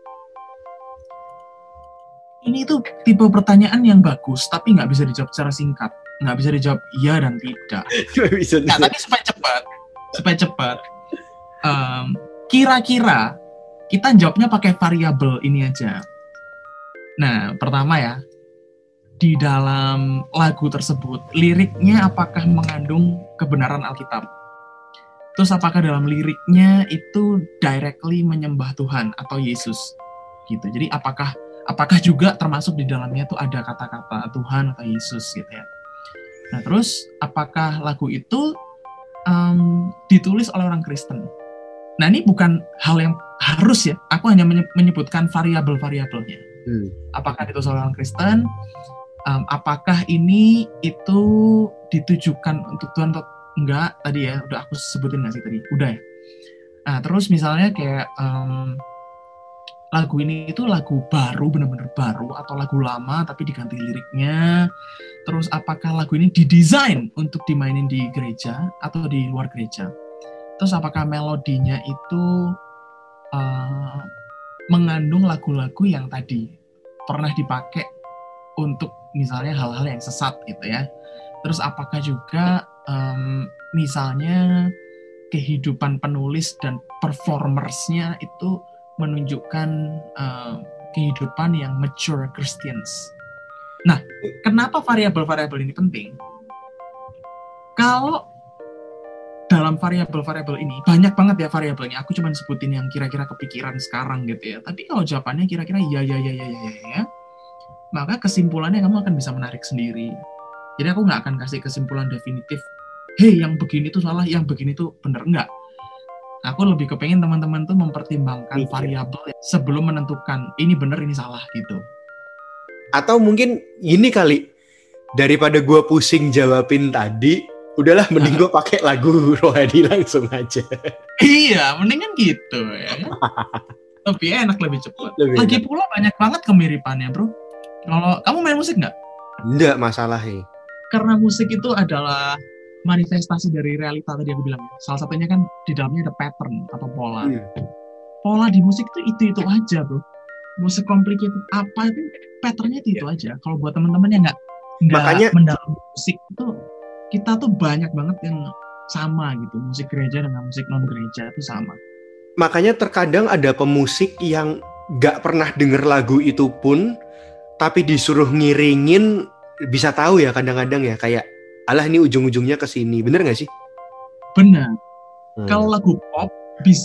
Ini tuh tipe pertanyaan yang bagus, tapi nggak bisa dijawab secara singkat. Nggak bisa dijawab iya dan tidak. bisa, nah, tapi supaya cepat, supaya cepat, um, kira-kira kita jawabnya pakai variabel ini aja. Nah, pertama ya, di dalam lagu tersebut, liriknya apakah mengandung kebenaran Alkitab? Terus apakah dalam liriknya itu directly menyembah Tuhan atau Yesus? Gitu. Jadi apakah apakah juga termasuk di dalamnya tuh ada kata-kata Tuhan atau Yesus gitu ya. Nah, terus apakah lagu itu um, ditulis oleh orang Kristen? Nah, ini bukan hal yang harus ya. Aku hanya menyebutkan variabel-variabelnya. Hmm. Apakah ditulis oleh orang Kristen? Um, apakah ini itu ditujukan untuk Tuhan atau enggak? Tadi ya, udah aku sebutin nggak sih tadi? Udah ya. Nah, terus misalnya kayak um, lagu ini itu lagu baru, benar-benar baru, atau lagu lama tapi diganti liriknya. Terus apakah lagu ini didesain untuk dimainin di gereja atau di luar gereja? Terus apakah melodinya itu uh, mengandung lagu-lagu yang tadi pernah dipakai untuk misalnya hal-hal yang sesat gitu ya. Terus apakah juga um, misalnya kehidupan penulis dan performersnya itu menunjukkan uh, kehidupan yang mature Christians. Nah, kenapa variabel-variabel ini penting? Kalau dalam variabel-variabel ini, banyak banget ya variabelnya. Aku cuma sebutin yang kira-kira kepikiran sekarang gitu ya. Tapi kalau jawabannya kira-kira ya, ya, ya, ya, ya, ya, maka kesimpulannya kamu akan bisa menarik sendiri. Jadi aku nggak akan kasih kesimpulan definitif, hei yang begini tuh salah, yang begini tuh bener. Enggak. Aku lebih kepengen teman-teman tuh mempertimbangkan variabel sebelum menentukan ini bener, ini salah gitu. Atau mungkin ini kali, daripada gue pusing jawabin tadi, udahlah mending gue pakai lagu Rohadi langsung aja. Iya, mendingan gitu ya. Lebih enak, lebih cepat. Lebih Lagi enak. Pula banyak banget kemiripannya, bro. Kalau kamu main musik nggak? Nggak masalah ya. Karena musik itu adalah manifestasi dari realita tadi aku bilang. Salah satunya kan di dalamnya ada pattern atau pola. Hmm. Pola di musik itu itu-itu aja, bro. Musik complicated apa itu patternnya itu itu aja. Kalau buat teman-teman yang nggak nggak mendalami musik itu, kita tuh banyak banget yang sama gitu. Musik gereja dengan musik non gereja itu sama. Makanya terkadang ada pemusik yang nggak pernah denger lagu itu pun, tapi disuruh ngiringin bisa tahu ya kadang-kadang ya, kayak alah ini ujung-ujungnya ke sini. Bener nggak sih? Benar. Hmm. Kalau lagu pop bisa,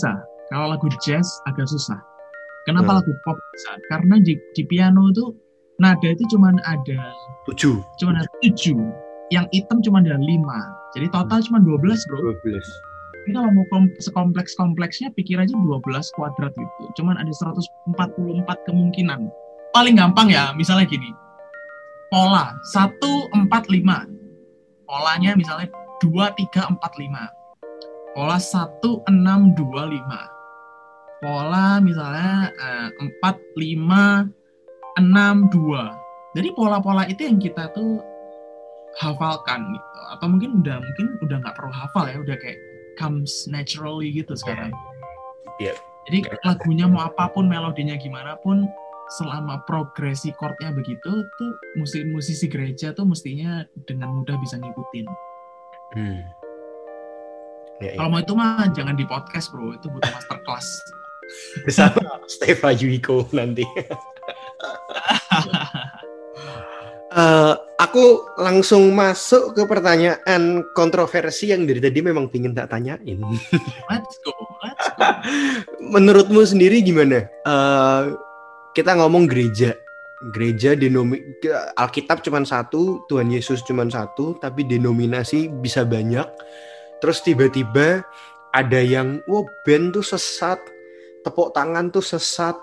Kalau lagu jazz agak susah. Kenapa Hmm. lagu pop bisa? Karena di, di piano itu nada itu cuma ada tujuh. cuma ada tujuh, yang hitam cuma ada lima. Jadi total cuma dua belas, bro. dua belas. Ini kalau mau kom- sekompleks-kompleksnya pikir aja dua belas kuadrat gitu. Cuman ada seratus empat puluh empat kemungkinan. Paling gampang ya, misalnya gini. Pola satu empat lima. Polanya misalnya dua tiga empat lima. Pola satu enam dua lima. Pola misalnya eh, empat lima enam dua. Jadi pola-pola itu yang kita tuh hafalkan gitu. Atau mungkin udah mungkin udah nggak perlu hafal ya, udah kayak comes naturally gitu sekarang. Iya. Jadi lagunya mau apapun, melodinya gimana pun, selama progresi chordnya begitu, tuh musisi-musisi gereja tuh mestinya dengan mudah bisa ngikutin. Hmm. Ya, Kalau ya. mau itu mah jangan di podcast, bro. Itu butuh masterclass. Bersama Steva Yuiko nanti. uh, aku langsung masuk ke pertanyaan kontroversi yang dari tadi memang pingin tak tanyain. Let's go, let's go. Menurutmu sendiri gimana? Uh, kita ngomong gereja. Gereja denomi Alkitab cuma satu, Tuhan Yesus cuma satu, tapi denominasi bisa banyak. Terus tiba-tiba ada yang, wah band tuh sesat, tepuk tangan tuh sesat.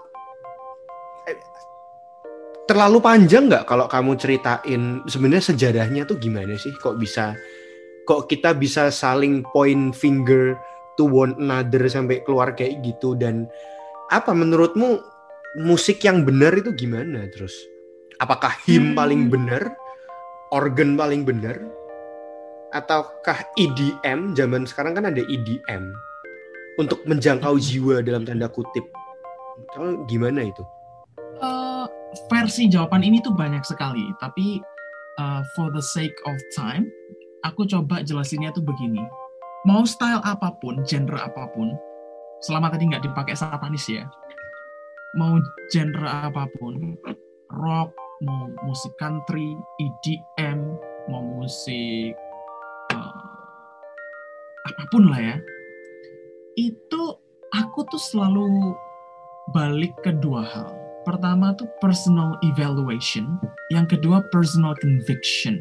Terlalu panjang nggak kalau kamu ceritain sebenarnya sejarahnya tuh gimana sih? Kok bisa, kok kita bisa saling point finger to one another sampai keluar kayak gitu? Dan apa menurutmu musik yang benar itu gimana terus? Apakah hymn Hmm. paling benar, organ paling benar, ataukah E D M? Zaman sekarang kan ada E D M untuk menjangkau jiwa dalam tanda kutip. Kalau gimana itu? Uh, versi jawaban ini tuh banyak sekali, tapi uh, for the sake of time, aku coba jelasinnya tuh begini. Mau style apapun, genre apapun, selama tadi nggak dipakai satanis ya, mau genre apapun, rock, mau musik country, E D M, mau musik uh, apapun lah ya, itu aku tuh selalu balik ke dua hal. Pertama tuh personal evaluation, yang kedua personal conviction.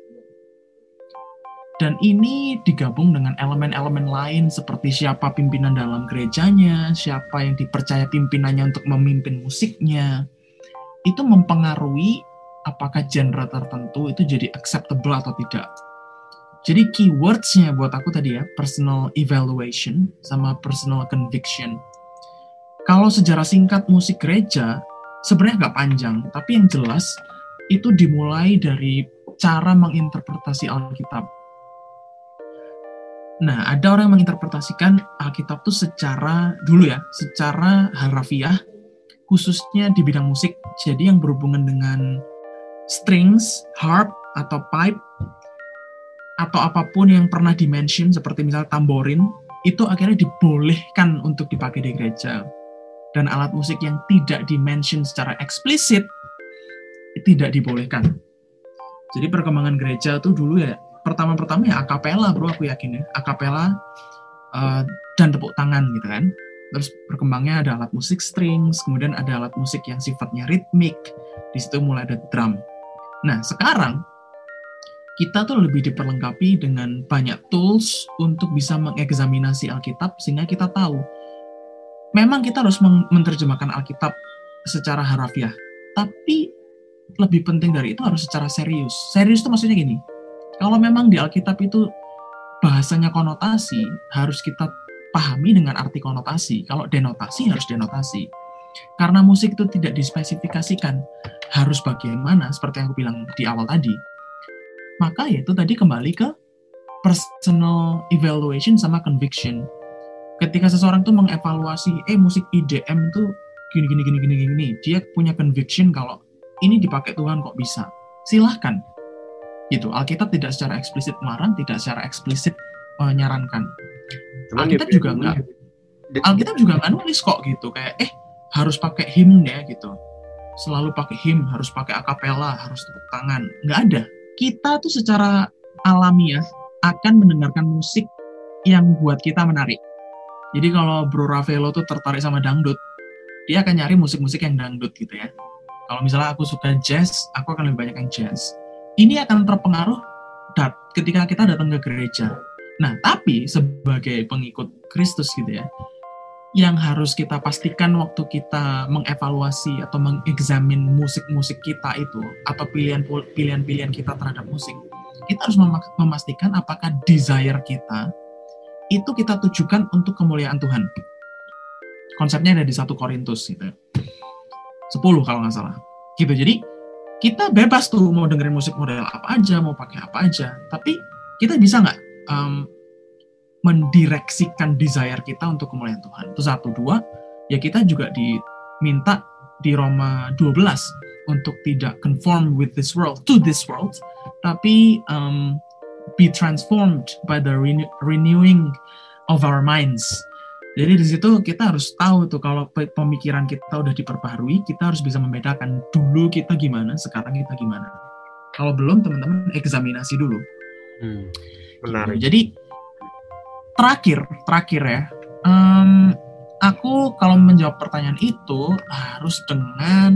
Dan ini digabung dengan elemen-elemen lain seperti siapa pimpinan dalam gerejanya, siapa yang dipercaya pimpinannya untuk memimpin musiknya. Itu mempengaruhi apakah genre tertentu itu jadi acceptable atau tidak. Jadi keywords-nya buat aku tadi ya, personal evaluation sama personal conviction. Kalau sejarah singkat musik gereja, sebenarnya nggak panjang, tapi yang jelas itu dimulai dari cara menginterpretasi Alkitab. Nah, ada orang yang menginterpretasikan Alkitab itu secara, dulu ya, secara harafiah, khususnya di bidang musik, jadi yang berhubungan dengan strings, harp, atau pipe, atau apapun yang pernah dimention, seperti misalnya tamborin, itu akhirnya dibolehkan untuk dipakai di gereja. Dan alat musik yang tidak dimention secara eksplisit, tidak dibolehkan. Jadi perkembangan gereja itu dulu ya, pertama-pertama ya akapela bro, aku yakin ya, akapela uh, dan tepuk tangan gitu kan. Terus berkembangnya ada alat musik strings, kemudian ada alat musik yang sifatnya ritmik, di situ mulai ada drum. Nah sekarang kita tuh lebih diperlengkapi dengan banyak tools untuk bisa mengeksaminasi Alkitab sehingga kita tahu memang kita harus menerjemahkan Alkitab secara harafiah, tapi lebih penting dari itu harus secara serius. Serius itu maksudnya gini, kalau memang di Alkitab itu bahasanya konotasi, harus kita pahami dengan arti konotasi. Kalau denotasi, harus denotasi. Karena musik itu tidak dispesifikasikan harus bagaimana, seperti yang aku bilang di awal tadi. Maka ya itu tadi kembali ke personal evaluation sama conviction. Ketika seseorang tuh mengevaluasi, eh musik E D M tuh gini, gini, gini, gini, gini, dia punya conviction kalau ini dipakai Tuhan kok bisa. Silahkan. Gitu. Alkitab tidak secara eksplisit melarang, tidak secara eksplisit menyarankan. Cuman Alkitab juga enggak. Alkitab juga enggak nulis kok gitu kayak eh harus pakai hymn ya gitu. Selalu pakai hymn, harus pakai akapela, harus tepuk tangan. Enggak ada. Kita tuh secara alamiah akan mendengarkan musik yang buat kita menarik. Jadi kalau Bro Ravelo tuh tertarik sama dangdut, dia akan nyari musik-musik yang dangdut gitu ya. Kalau misalnya aku suka jazz, aku akan lebih banyak yang jazz. Ini akan terpengaruh dat- ketika kita datang ke gereja. Nah, tapi sebagai pengikut Kristus gitu ya, yang harus kita pastikan waktu kita mengevaluasi atau mengeksamin musik-musik kita itu, atau pilihan-pilihan kita terhadap musik, kita harus mem- memastikan apakah desire kita itu kita tujukan untuk kemuliaan Tuhan. Konsepnya ada di satu Korintus gitu. sepuluh kalau nggak salah. Gitu. Jadi kita bebas tuh mau dengerin musik model apa aja, mau pakai apa aja. Tapi kita bisa nggak um, mendireksikan desire kita untuk kemuliaan Tuhan? Itu satu. Dua, ya kita juga diminta di Roma dua belas untuk tidak conform with this world, to this world, tapi um, be transformed by the renew- renewing of our minds. Jadi di situ kita harus tahu tuh kalau pemikiran kita udah diperbaharui, kita harus bisa membedakan dulu kita gimana, sekarang kita gimana. Kalau belum, teman-teman eksaminasi dulu. Hmm, menarik. Gitu. Jadi terakhir, terakhir ya, um, aku kalau menjawab pertanyaan itu harus dengan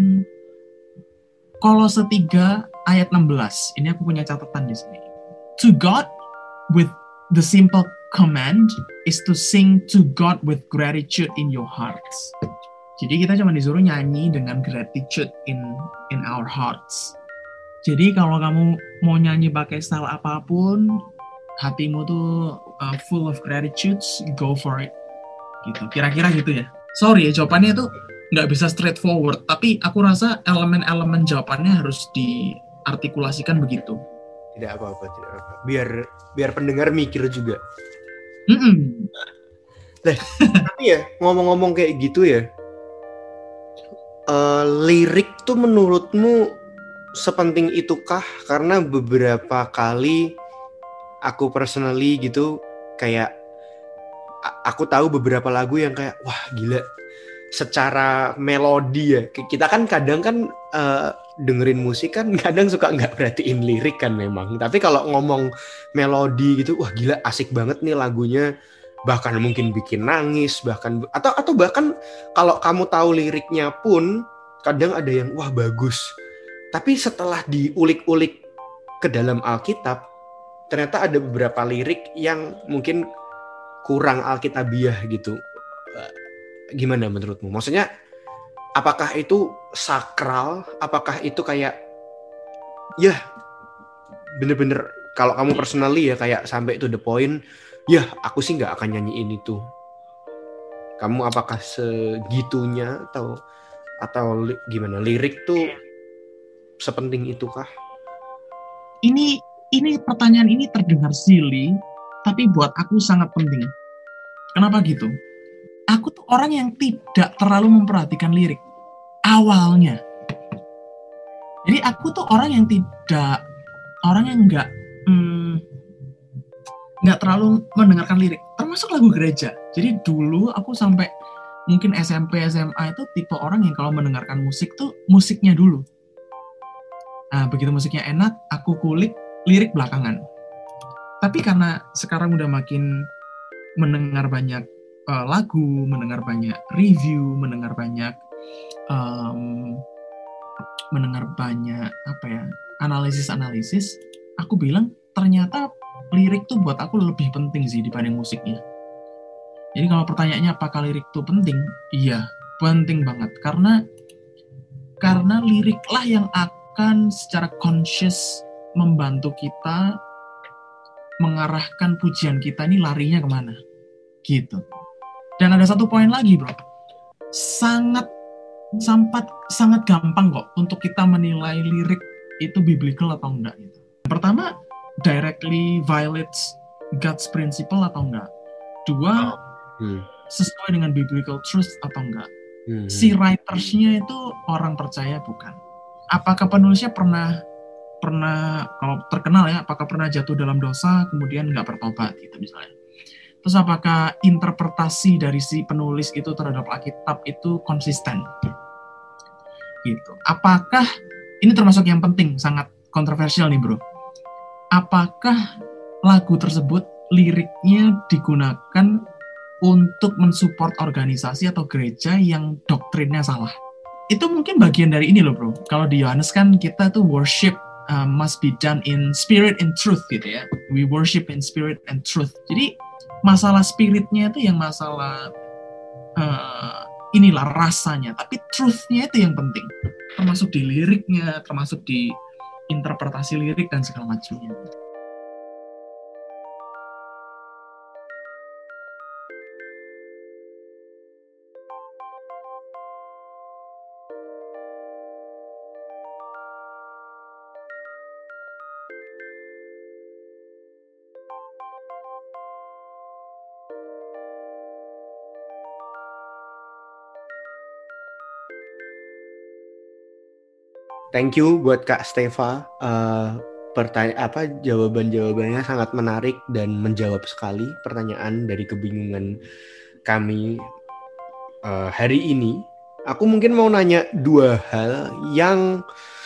Kolose tiga ayat enam belas. Ini aku punya catatan di sini. To God with the simple command is to sing to God with gratitude in your hearts. Jadi kita cuma disuruh nyanyi dengan gratitude in in our hearts. Jadi kalau kamu mau nyanyi pakai style apapun, hatimu tuh uh, full of gratitude, go for it. Gitu. Kira-kira gitu ya. Sorry ya, jawabannya tuh nggak bisa straightforward, tapi aku rasa elemen-elemen jawabannya harus diartikulasikan begitu. Tidak apa-apa, tidak apa. Biar biar pendengar mikir juga. Mm-mm. Nah, tapi ya ngomong-ngomong kayak gitu ya, uh, lirik tuh menurutmu sepenting itukah? Karena beberapa kali aku personally gitu kayak aku tahu beberapa lagu yang kayak wah gila secara melodi ya. Kita kan kadang kan uh, dengerin musik kan kadang suka nggak perhatiin lirik kan memang. Tapi kalau ngomong melodi gitu, wah gila asik banget nih lagunya. Bahkan mungkin bikin nangis, bahkan atau atau bahkan kalau kamu tahu liriknya pun kadang ada yang wah bagus. Tapi setelah diulik-ulik ke dalam Alkitab, ternyata ada beberapa lirik yang mungkin kurang alkitabiah gitu. Gimana menurutmu? Maksudnya apakah itu sakral? Apakah itu kayak ya bener-bener kalau kamu personally ya kayak sampai to the point, ya aku sih nggak akan nyanyiin itu. Kamu apakah segitunya atau atau li, gimana? Lirik tuh sepenting itukah? Ini ini pertanyaan ini terdengar silly, tapi buat aku sangat penting. Kenapa gitu? Aku tuh orang yang tidak terlalu memperhatikan lirik awalnya. Jadi aku tuh orang yang tidak, orang yang nggak hmm, nggak terlalu mendengarkan lirik, termasuk lagu gereja. Jadi dulu aku sampai mungkin S M P S M A itu tipe orang yang kalau mendengarkan musik tuh musiknya dulu. Nah begitu musiknya enak, aku kulik lirik belakangan. Tapi karena sekarang udah makin mendengar banyak Uh, lagu, mendengar banyak review, mendengar banyak um, mendengar banyak apa ya analisis-analisis, aku bilang ternyata lirik tuh buat aku lebih penting sih dibanding musiknya. Jadi kalau pertanyaannya apakah lirik tuh penting? Iya, penting banget karena karena liriklah yang akan secara conscious membantu kita mengarahkan pujian kita ini larinya kemana, gitu. Dan ada satu poin lagi, bro. Sangat, sampat, sangat gampang kok untuk kita menilai lirik itu biblical atau enggak. Gitu. Pertama, directly violates God's principle atau enggak. Dua, hmm. sesuai dengan biblical truth atau enggak. Hmm. Si writers-nya itu orang percaya bukan. Apakah penulisnya pernah, pernah kalau terkenal ya, apakah pernah jatuh dalam dosa, kemudian enggak bertobat, gitu misalnya. Terus apakah interpretasi dari si penulis itu terhadap Alkitab itu konsisten? Gitu. Apakah, ini termasuk yang penting, sangat kontroversial nih bro. Apakah lagu tersebut liriknya digunakan untuk mensupport organisasi atau gereja yang doktrinnya salah. Itu mungkin bagian dari ini loh bro. Kalau di Yohanes kan kita tuh worship uh, must be done in spirit and truth gitu ya. We worship in spirit and truth. Jadi masalah spiritnya itu yang masalah uh, inilah rasanya. Tapi truthnya itu yang penting. Termasuk di liriknya, termasuk di interpretasi lirik dan segala macamnya. Thank you buat Kak Stefa. Uh, pertanya- apa jawaban-jawabannya sangat menarik dan menjawab sekali pertanyaan dari kebingungan kami uh, hari ini. Aku mungkin mau nanya dua hal yang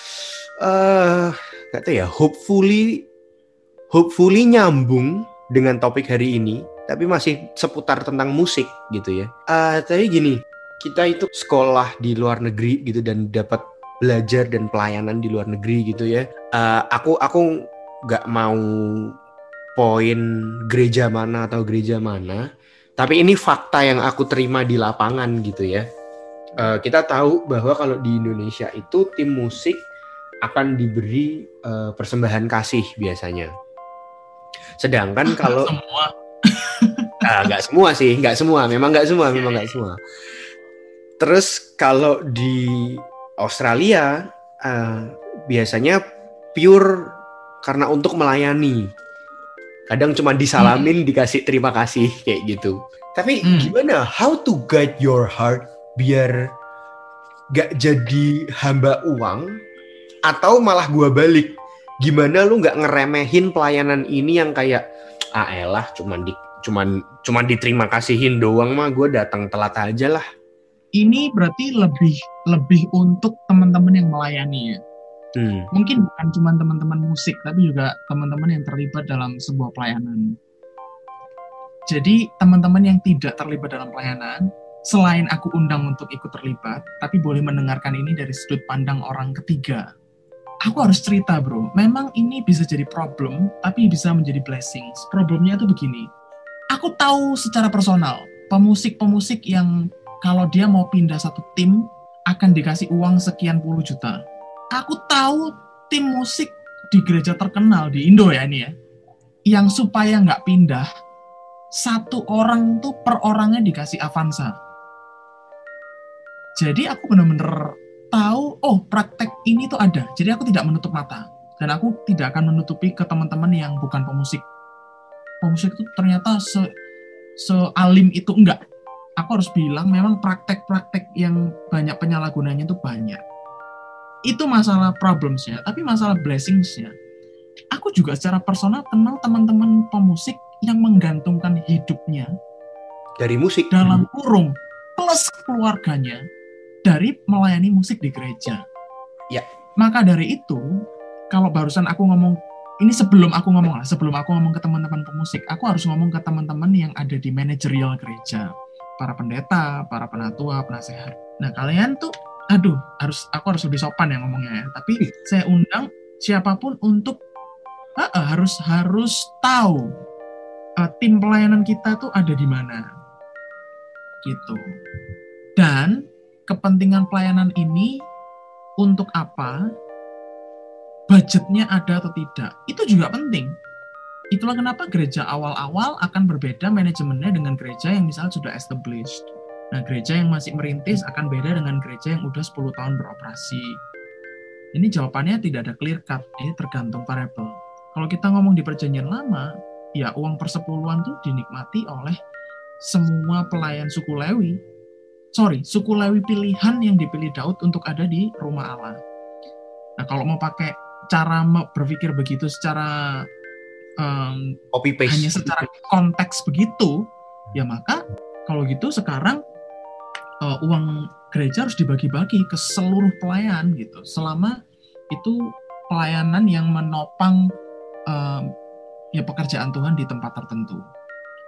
uh, gak tahu ya, hopefully hopefully nyambung dengan topik hari ini, tapi masih seputar tentang musik gitu ya. Uh, tapi gini, kita itu sekolah di luar negeri gitu dan dapat belajar dan pelayanan di luar negeri gitu ya. Uh, aku aku nggak mau poin gereja mana atau gereja mana, tapi ini fakta yang aku terima di lapangan gitu ya. Uh, kita tahu bahwa kalau di Indonesia itu tim musik akan diberi uh, persembahan kasih biasanya. Sedangkan kalau semua uh, nggak semua sih, nggak semua, memang nggak semua, memang nggak semua. Terus kalau di Australia uh, biasanya pure karena untuk melayani. Kadang cuma disalamin, hmm. dikasih terima kasih kayak gitu. Tapi hmm. gimana? How to guide your heart biar gak jadi hamba uang atau malah gua balik? Gimana lu gak ngeremehin pelayanan ini yang kayak ah elah cuman di cuman cuman diterima kasihin doang mah, gua datang telat aja lah. Ini berarti lebih lebih untuk teman-teman yang melayani ya. Hmm. Mungkin bukan cuma teman-teman musik, tapi juga teman-teman yang terlibat dalam sebuah pelayanan. Jadi teman-teman yang tidak terlibat dalam pelayanan, selain aku undang untuk ikut terlibat, tapi boleh mendengarkan ini dari sudut pandang orang ketiga. Aku harus cerita bro, memang ini bisa jadi problem, tapi bisa menjadi blessings. Problemnya itu begini, aku tahu secara personal, pemusik-pemusik yang kalau dia mau pindah satu tim, akan dikasih uang sekian puluh juta. Aku tahu tim musik di gereja terkenal di Indo ya ini ya, yang supaya nggak pindah, satu orang tuh per orangnya dikasih Avanza. Jadi aku benar-benar tahu, oh praktek ini tuh ada. Jadi aku tidak menutup mata. Dan aku tidak akan menutupi ke teman-teman yang bukan pemusik. Pemusik itu ternyata se sealim itu enggak. Aku harus bilang memang praktek-praktek yang banyak penyalahgunanya itu banyak. Itu masalah problems-nya, tapi masalah blessings-nya. Aku juga secara personal kenal teman-teman pemusik yang menggantungkan hidupnya dari musik dalam kurung plus keluarganya dari melayani musik di gereja. Ya. Maka dari itu, kalau barusan aku ngomong, ini sebelum aku ngomong lah, sebelum aku ngomong ke teman-teman pemusik, aku harus ngomong ke teman-teman yang ada di manajerial gereja. Para pendeta, para penatua, penasehat. Nah kalian tuh, aduh, harus aku harus lebih sopan ya ngomongnya ya. Tapi saya undang siapapun untuk uh, uh, harus harus tahu uh, tim pelayanan kita tuh ada di mana, gitu. Dan kepentingan pelayanan ini untuk apa? Budgetnya ada atau tidak? Itu juga penting. Itulah kenapa gereja awal-awal akan berbeda manajemennya dengan gereja yang misalnya sudah established. Nah, gereja yang masih merintis akan beda dengan gereja yang udah sepuluh tahun beroperasi. Ini jawabannya tidak ada clear cut, ini tergantung variabel. Kalau kita ngomong di perjanjian lama, ya uang persepuluhan tuh dinikmati oleh semua pelayan suku Lewi. Sorry, suku Lewi pilihan yang dipilih Daud untuk ada di rumah Allah. Nah, kalau mau pakai cara berpikir begitu secara Um, copy paste hanya secara konteks begitu, ya maka kalau gitu sekarang uh, uang gereja harus dibagi-bagi ke seluruh pelayan gitu, selama itu pelayanan yang menopang um, ya pekerjaan Tuhan di tempat tertentu.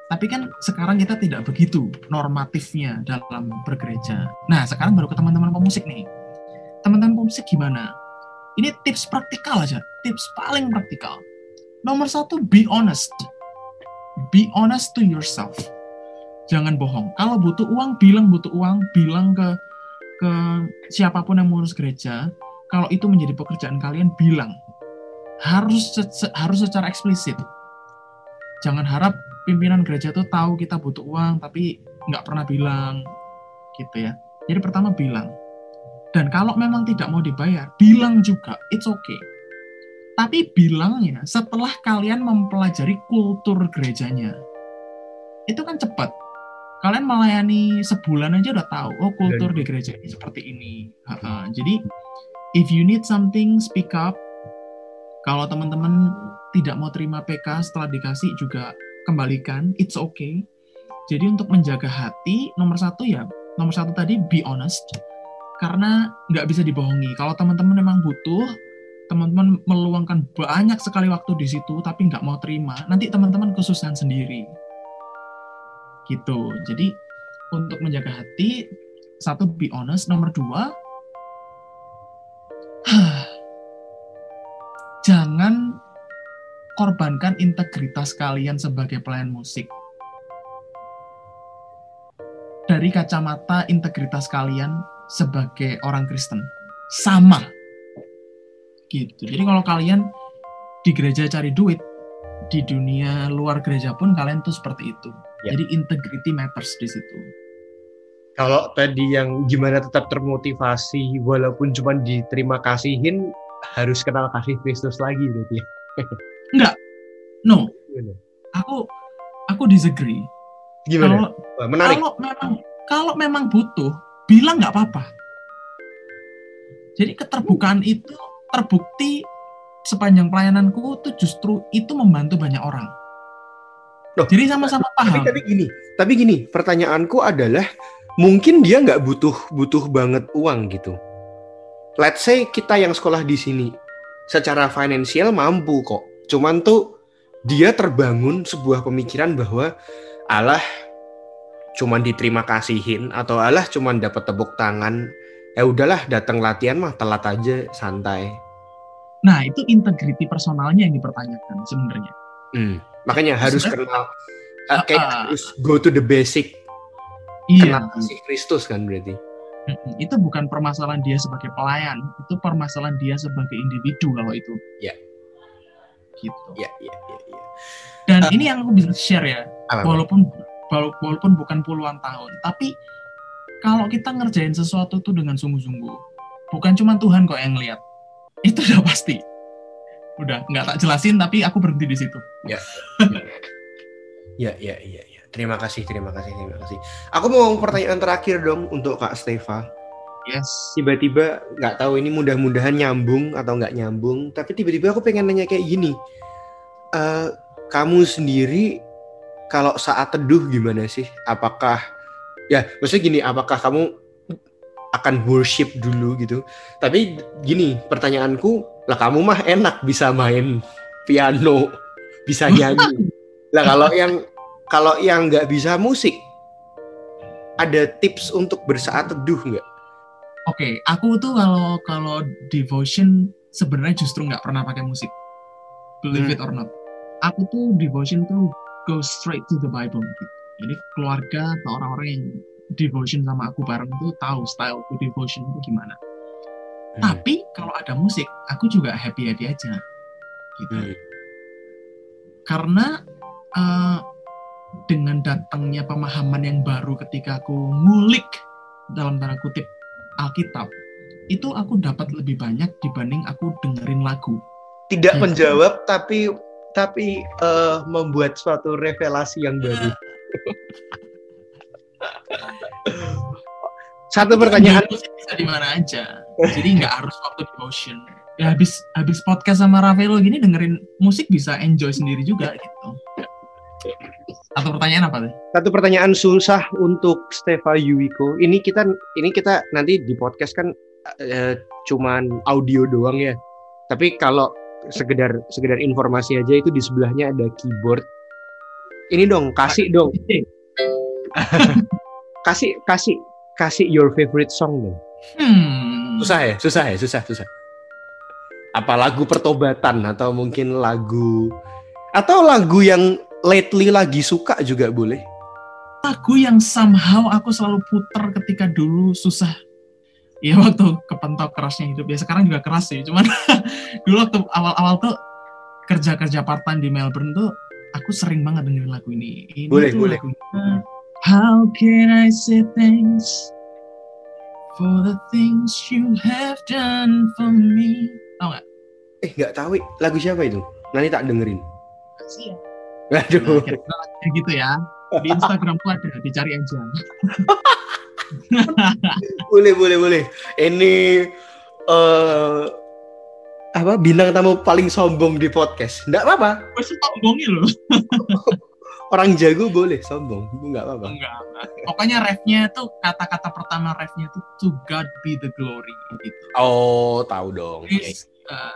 Tapi kan sekarang kita tidak begitu normatifnya dalam bergereja. Nah, sekarang baru ke teman-teman pemusik nih. Teman-teman pemusik gimana? Ini tips praktikal aja, tips paling praktikal. Nomor satu, be honest. Be honest to yourself. Jangan bohong. Kalau butuh uang, bilang butuh uang, bilang ke ke siapapun yang mengurus gereja. Kalau itu menjadi pekerjaan kalian, bilang. Harus harus secara eksplisit. Jangan harap pimpinan gereja tuh tahu kita butuh uang, tapi nggak pernah bilang, gitu ya. Jadi pertama bilang. Dan kalau memang tidak mau dibayar, bilang juga, it's okay. Tapi bilangnya setelah kalian mempelajari kultur gerejanya. Itu kan cepat. Kalian melayani sebulan aja udah tahu, oh kultur di gereja ini seperti ini. Ha-ha. Jadi, if you need something, speak up. Kalau teman-teman tidak mau terima P K setelah dikasih juga kembalikan, it's okay. Jadi untuk menjaga hati, nomor satu ya, nomor satu tadi be honest. Karena nggak bisa dibohongi. Kalau teman-teman memang butuh, teman-teman meluangkan banyak sekali waktu di situ, tapi nggak mau terima, nanti teman-teman kesusahan sendiri. Gitu. Jadi untuk menjaga hati, satu be honest. Nomor dua, jangan korbankan integritas kalian sebagai pelayan musik. Dari kacamata integritas kalian sebagai orang Kristen. Sama. Gitu. Jadi kalau kalian di gereja cari duit, di dunia luar gereja pun kalian tuh seperti itu. Ya. Jadi integrity matters di situ. Kalau tadi yang gimana tetap termotivasi walaupun cuma diterima kasihin, harus kenal kasih Kristus lagi berarti ya? Enggak. No. Gimana? Aku aku disagree. Gimana? Kalau, menarik. Kalau memang kalau memang butuh, bilang nggak apa-apa. Jadi keterbukaan hmm. itu terbukti sepanjang pelayananku tuh justru itu membantu banyak orang. Loh, jadi sama-sama paham. Tapi, tapi gini, tapi gini, pertanyaanku adalah mungkin dia nggak butuh butuh banget uang gitu. Let's say kita yang sekolah di sini secara finansial mampu kok. Cuman tuh dia terbangun sebuah pemikiran bahwa Allah cuman diterima kasihin atau Allah cuman dapat tepuk tangan. Ya udahlah, datang latihan mah telat aja, santai. Nah, itu integriti personalnya yang dipertanyakan sebenarnya. Hmm, makanya harus sebenarnya, kenal uh, kayak uh, harus go to the basic. Iya. Kenal kasih Kristus kan berarti. Itu bukan permasalahan dia sebagai pelayan, itu permasalahan dia sebagai individu kalau itu. Iya. Gitu. Iya, iya, iya, iya. Dan uh, ini yang aku bisa share ya, apa, walaupun walaupun bukan puluhan tahun, tapi kalau kita ngerjain sesuatu tuh dengan sungguh-sungguh, bukan cuma Tuhan kok yang lihat. Itu udah pasti. Udah, nggak tak jelasin, tapi aku berhenti di situ. Ya, ya, ya, ya, ya. Terima kasih, terima kasih, terima kasih. Aku mau pertanyaan terakhir dong untuk Kak Stefa. Yes. Tiba-tiba nggak tahu ini mudah-mudahan nyambung atau nggak nyambung, tapi tiba-tiba aku pengen nanya kayak gini. Uh, kamu sendiri kalau saat teduh gimana sih? Apakah ya, maksudnya gini, apakah kamu akan worship dulu gitu? Tapi gini, pertanyaanku, lah kamu mah enak bisa main piano, bisa nyanyi. Lah kalau yang kalau yang nggak bisa musik, ada tips untuk bersaat teduh nggak? Oke, okay, aku tuh kalau kalau devotion sebenarnya justru nggak pernah pakai musik. Believe hmm. it or not, aku tuh devotion tuh go straight to the Bible gitu. Jadi keluarga atau orang-orang yang devotion sama aku bareng tuh tahu style to devotion itu gimana. Hmm. Tapi kalau ada musik, aku juga happy-happy aja gitu. Hmm. Karena uh, dengan datangnya pemahaman yang baru ketika aku ngulik dalam tanda kutip Alkitab, itu aku dapat lebih banyak dibanding aku dengerin lagu. Tidak gitu. Menjawab tapi tapi uh, membuat suatu revelasi yang baru. Satu pertanyaan, bisa di mana aja, jadi nggak harus waktu devotion. Ya habis habis podcast sama Rafael gini dengerin musik bisa enjoy sendiri juga gitu. Satu pertanyaan apa tuh? Satu pertanyaan susah untuk Stefa Yuwiko. Ini kita ini kita nanti di podcast kan uh, cuman audio doang ya. Tapi kalau sekedar sekedar informasi aja, itu di sebelahnya ada keyboard. Ini dong, kasih dong. kasih kasih kasih your favorite song dong. Hmm. Susah ya, susah ya, susah, susah. Apa lagu pertobatan atau mungkin lagu atau lagu yang lately lagi suka juga boleh. Lagu yang somehow aku selalu puter ketika dulu susah. Ya waktu kepentok kerasnya hidup. Ya sekarang juga keras sih. Cuman dulu waktu awal-awal tuh kerja-kerja part-time di Melbourne tuh aku sering banget dengerin lagu ini. Ini boleh, tuh boleh. lagunya How can I say thanks for the things you have done for me. Tahu gak? Eh gak tahu lagu siapa itu? Nanti tak dengerin. Kasih ya. Aduh. Nah, kira-kira lagunya gitu ya. Di Instagramku ada, dicari aja. boleh, boleh, boleh. Ini uh, apa bintang tamu paling sombong di podcast. Nggak apa-apa. Gue sih sombongin loh. Orang jago boleh sombong, nggak apa-apa. Enggak, enggak. Pokoknya refnya tuh kata-kata pertama refnya tuh to God be the glory gitu. Oh, tahu dong. Jadi, uh,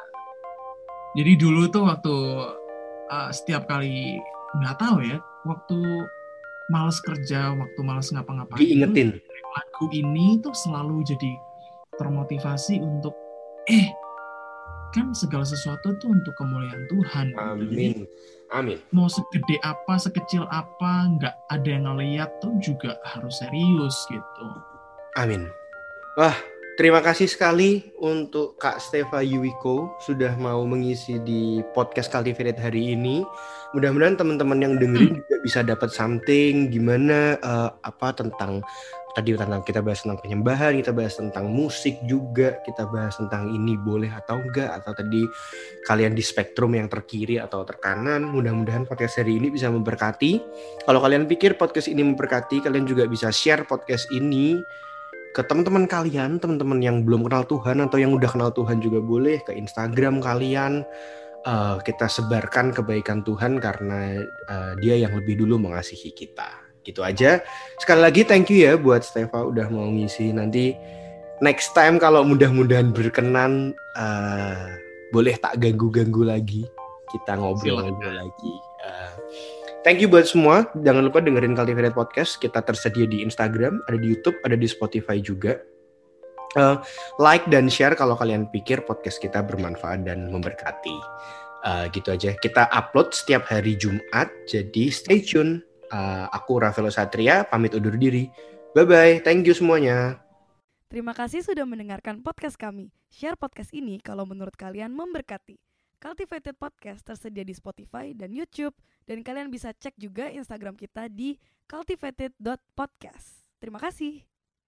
jadi dulu tuh waktu uh, setiap kali nggak tahu ya, waktu males kerja, waktu males ngapa-ngapain, diingetin. Lagu ini tuh selalu jadi termotivasi untuk eh kan segala sesuatu tuh untuk kemuliaan Tuhan. Amin. Jadi, amin. Mau segede apa, sekecil apa, nggak ada yang ngeliat tuh juga harus serius gitu. Amin. Wah, terima kasih sekali untuk Kak Stefa Yuwiko sudah mau mengisi di podcast Cultivated hari ini. Mudah-mudahan teman-teman yang dengerin hmm. juga bisa dapat something gimana uh, apa tentang tadi tentang kita bahas tentang penyembahan, kita bahas tentang musik juga, kita bahas tentang ini boleh atau enggak, atau tadi kalian di spektrum yang terkiri atau terkanan. Mudah-mudahan podcast hari ini bisa memberkati. Kalau kalian pikir podcast ini memberkati, kalian juga bisa share podcast ini ke teman-teman kalian, teman-teman yang belum kenal Tuhan atau yang udah kenal Tuhan juga boleh, ke Instagram kalian. Uh, kita sebarkan kebaikan Tuhan karena uh, Dia yang lebih dulu mengasihi kita. Gitu aja. Sekali lagi thank you ya buat Stefa udah mau ngisi. Nanti next time kalau mudah-mudahan berkenan uh, boleh tak ganggu-ganggu lagi. Kita ngobrol-ngobrol lagi. Uh, thank you buat semua. Jangan lupa dengerin Cultivated Podcast. Kita tersedia di Instagram, ada di YouTube, ada di Spotify juga. Uh, like dan share kalau kalian pikir podcast kita bermanfaat dan memberkati. Uh, gitu aja. Kita upload setiap hari Jumat. Jadi stay tune. Uh, aku Rafael Satria, pamit undur diri. Bye-bye, thank you semuanya. Terima kasih sudah mendengarkan podcast kami. Share podcast ini kalau menurut kalian memberkati. Cultivated Podcast tersedia di Spotify dan YouTube. Dan kalian bisa cek juga Instagram kita di cultivated dot podcast. Terima kasih.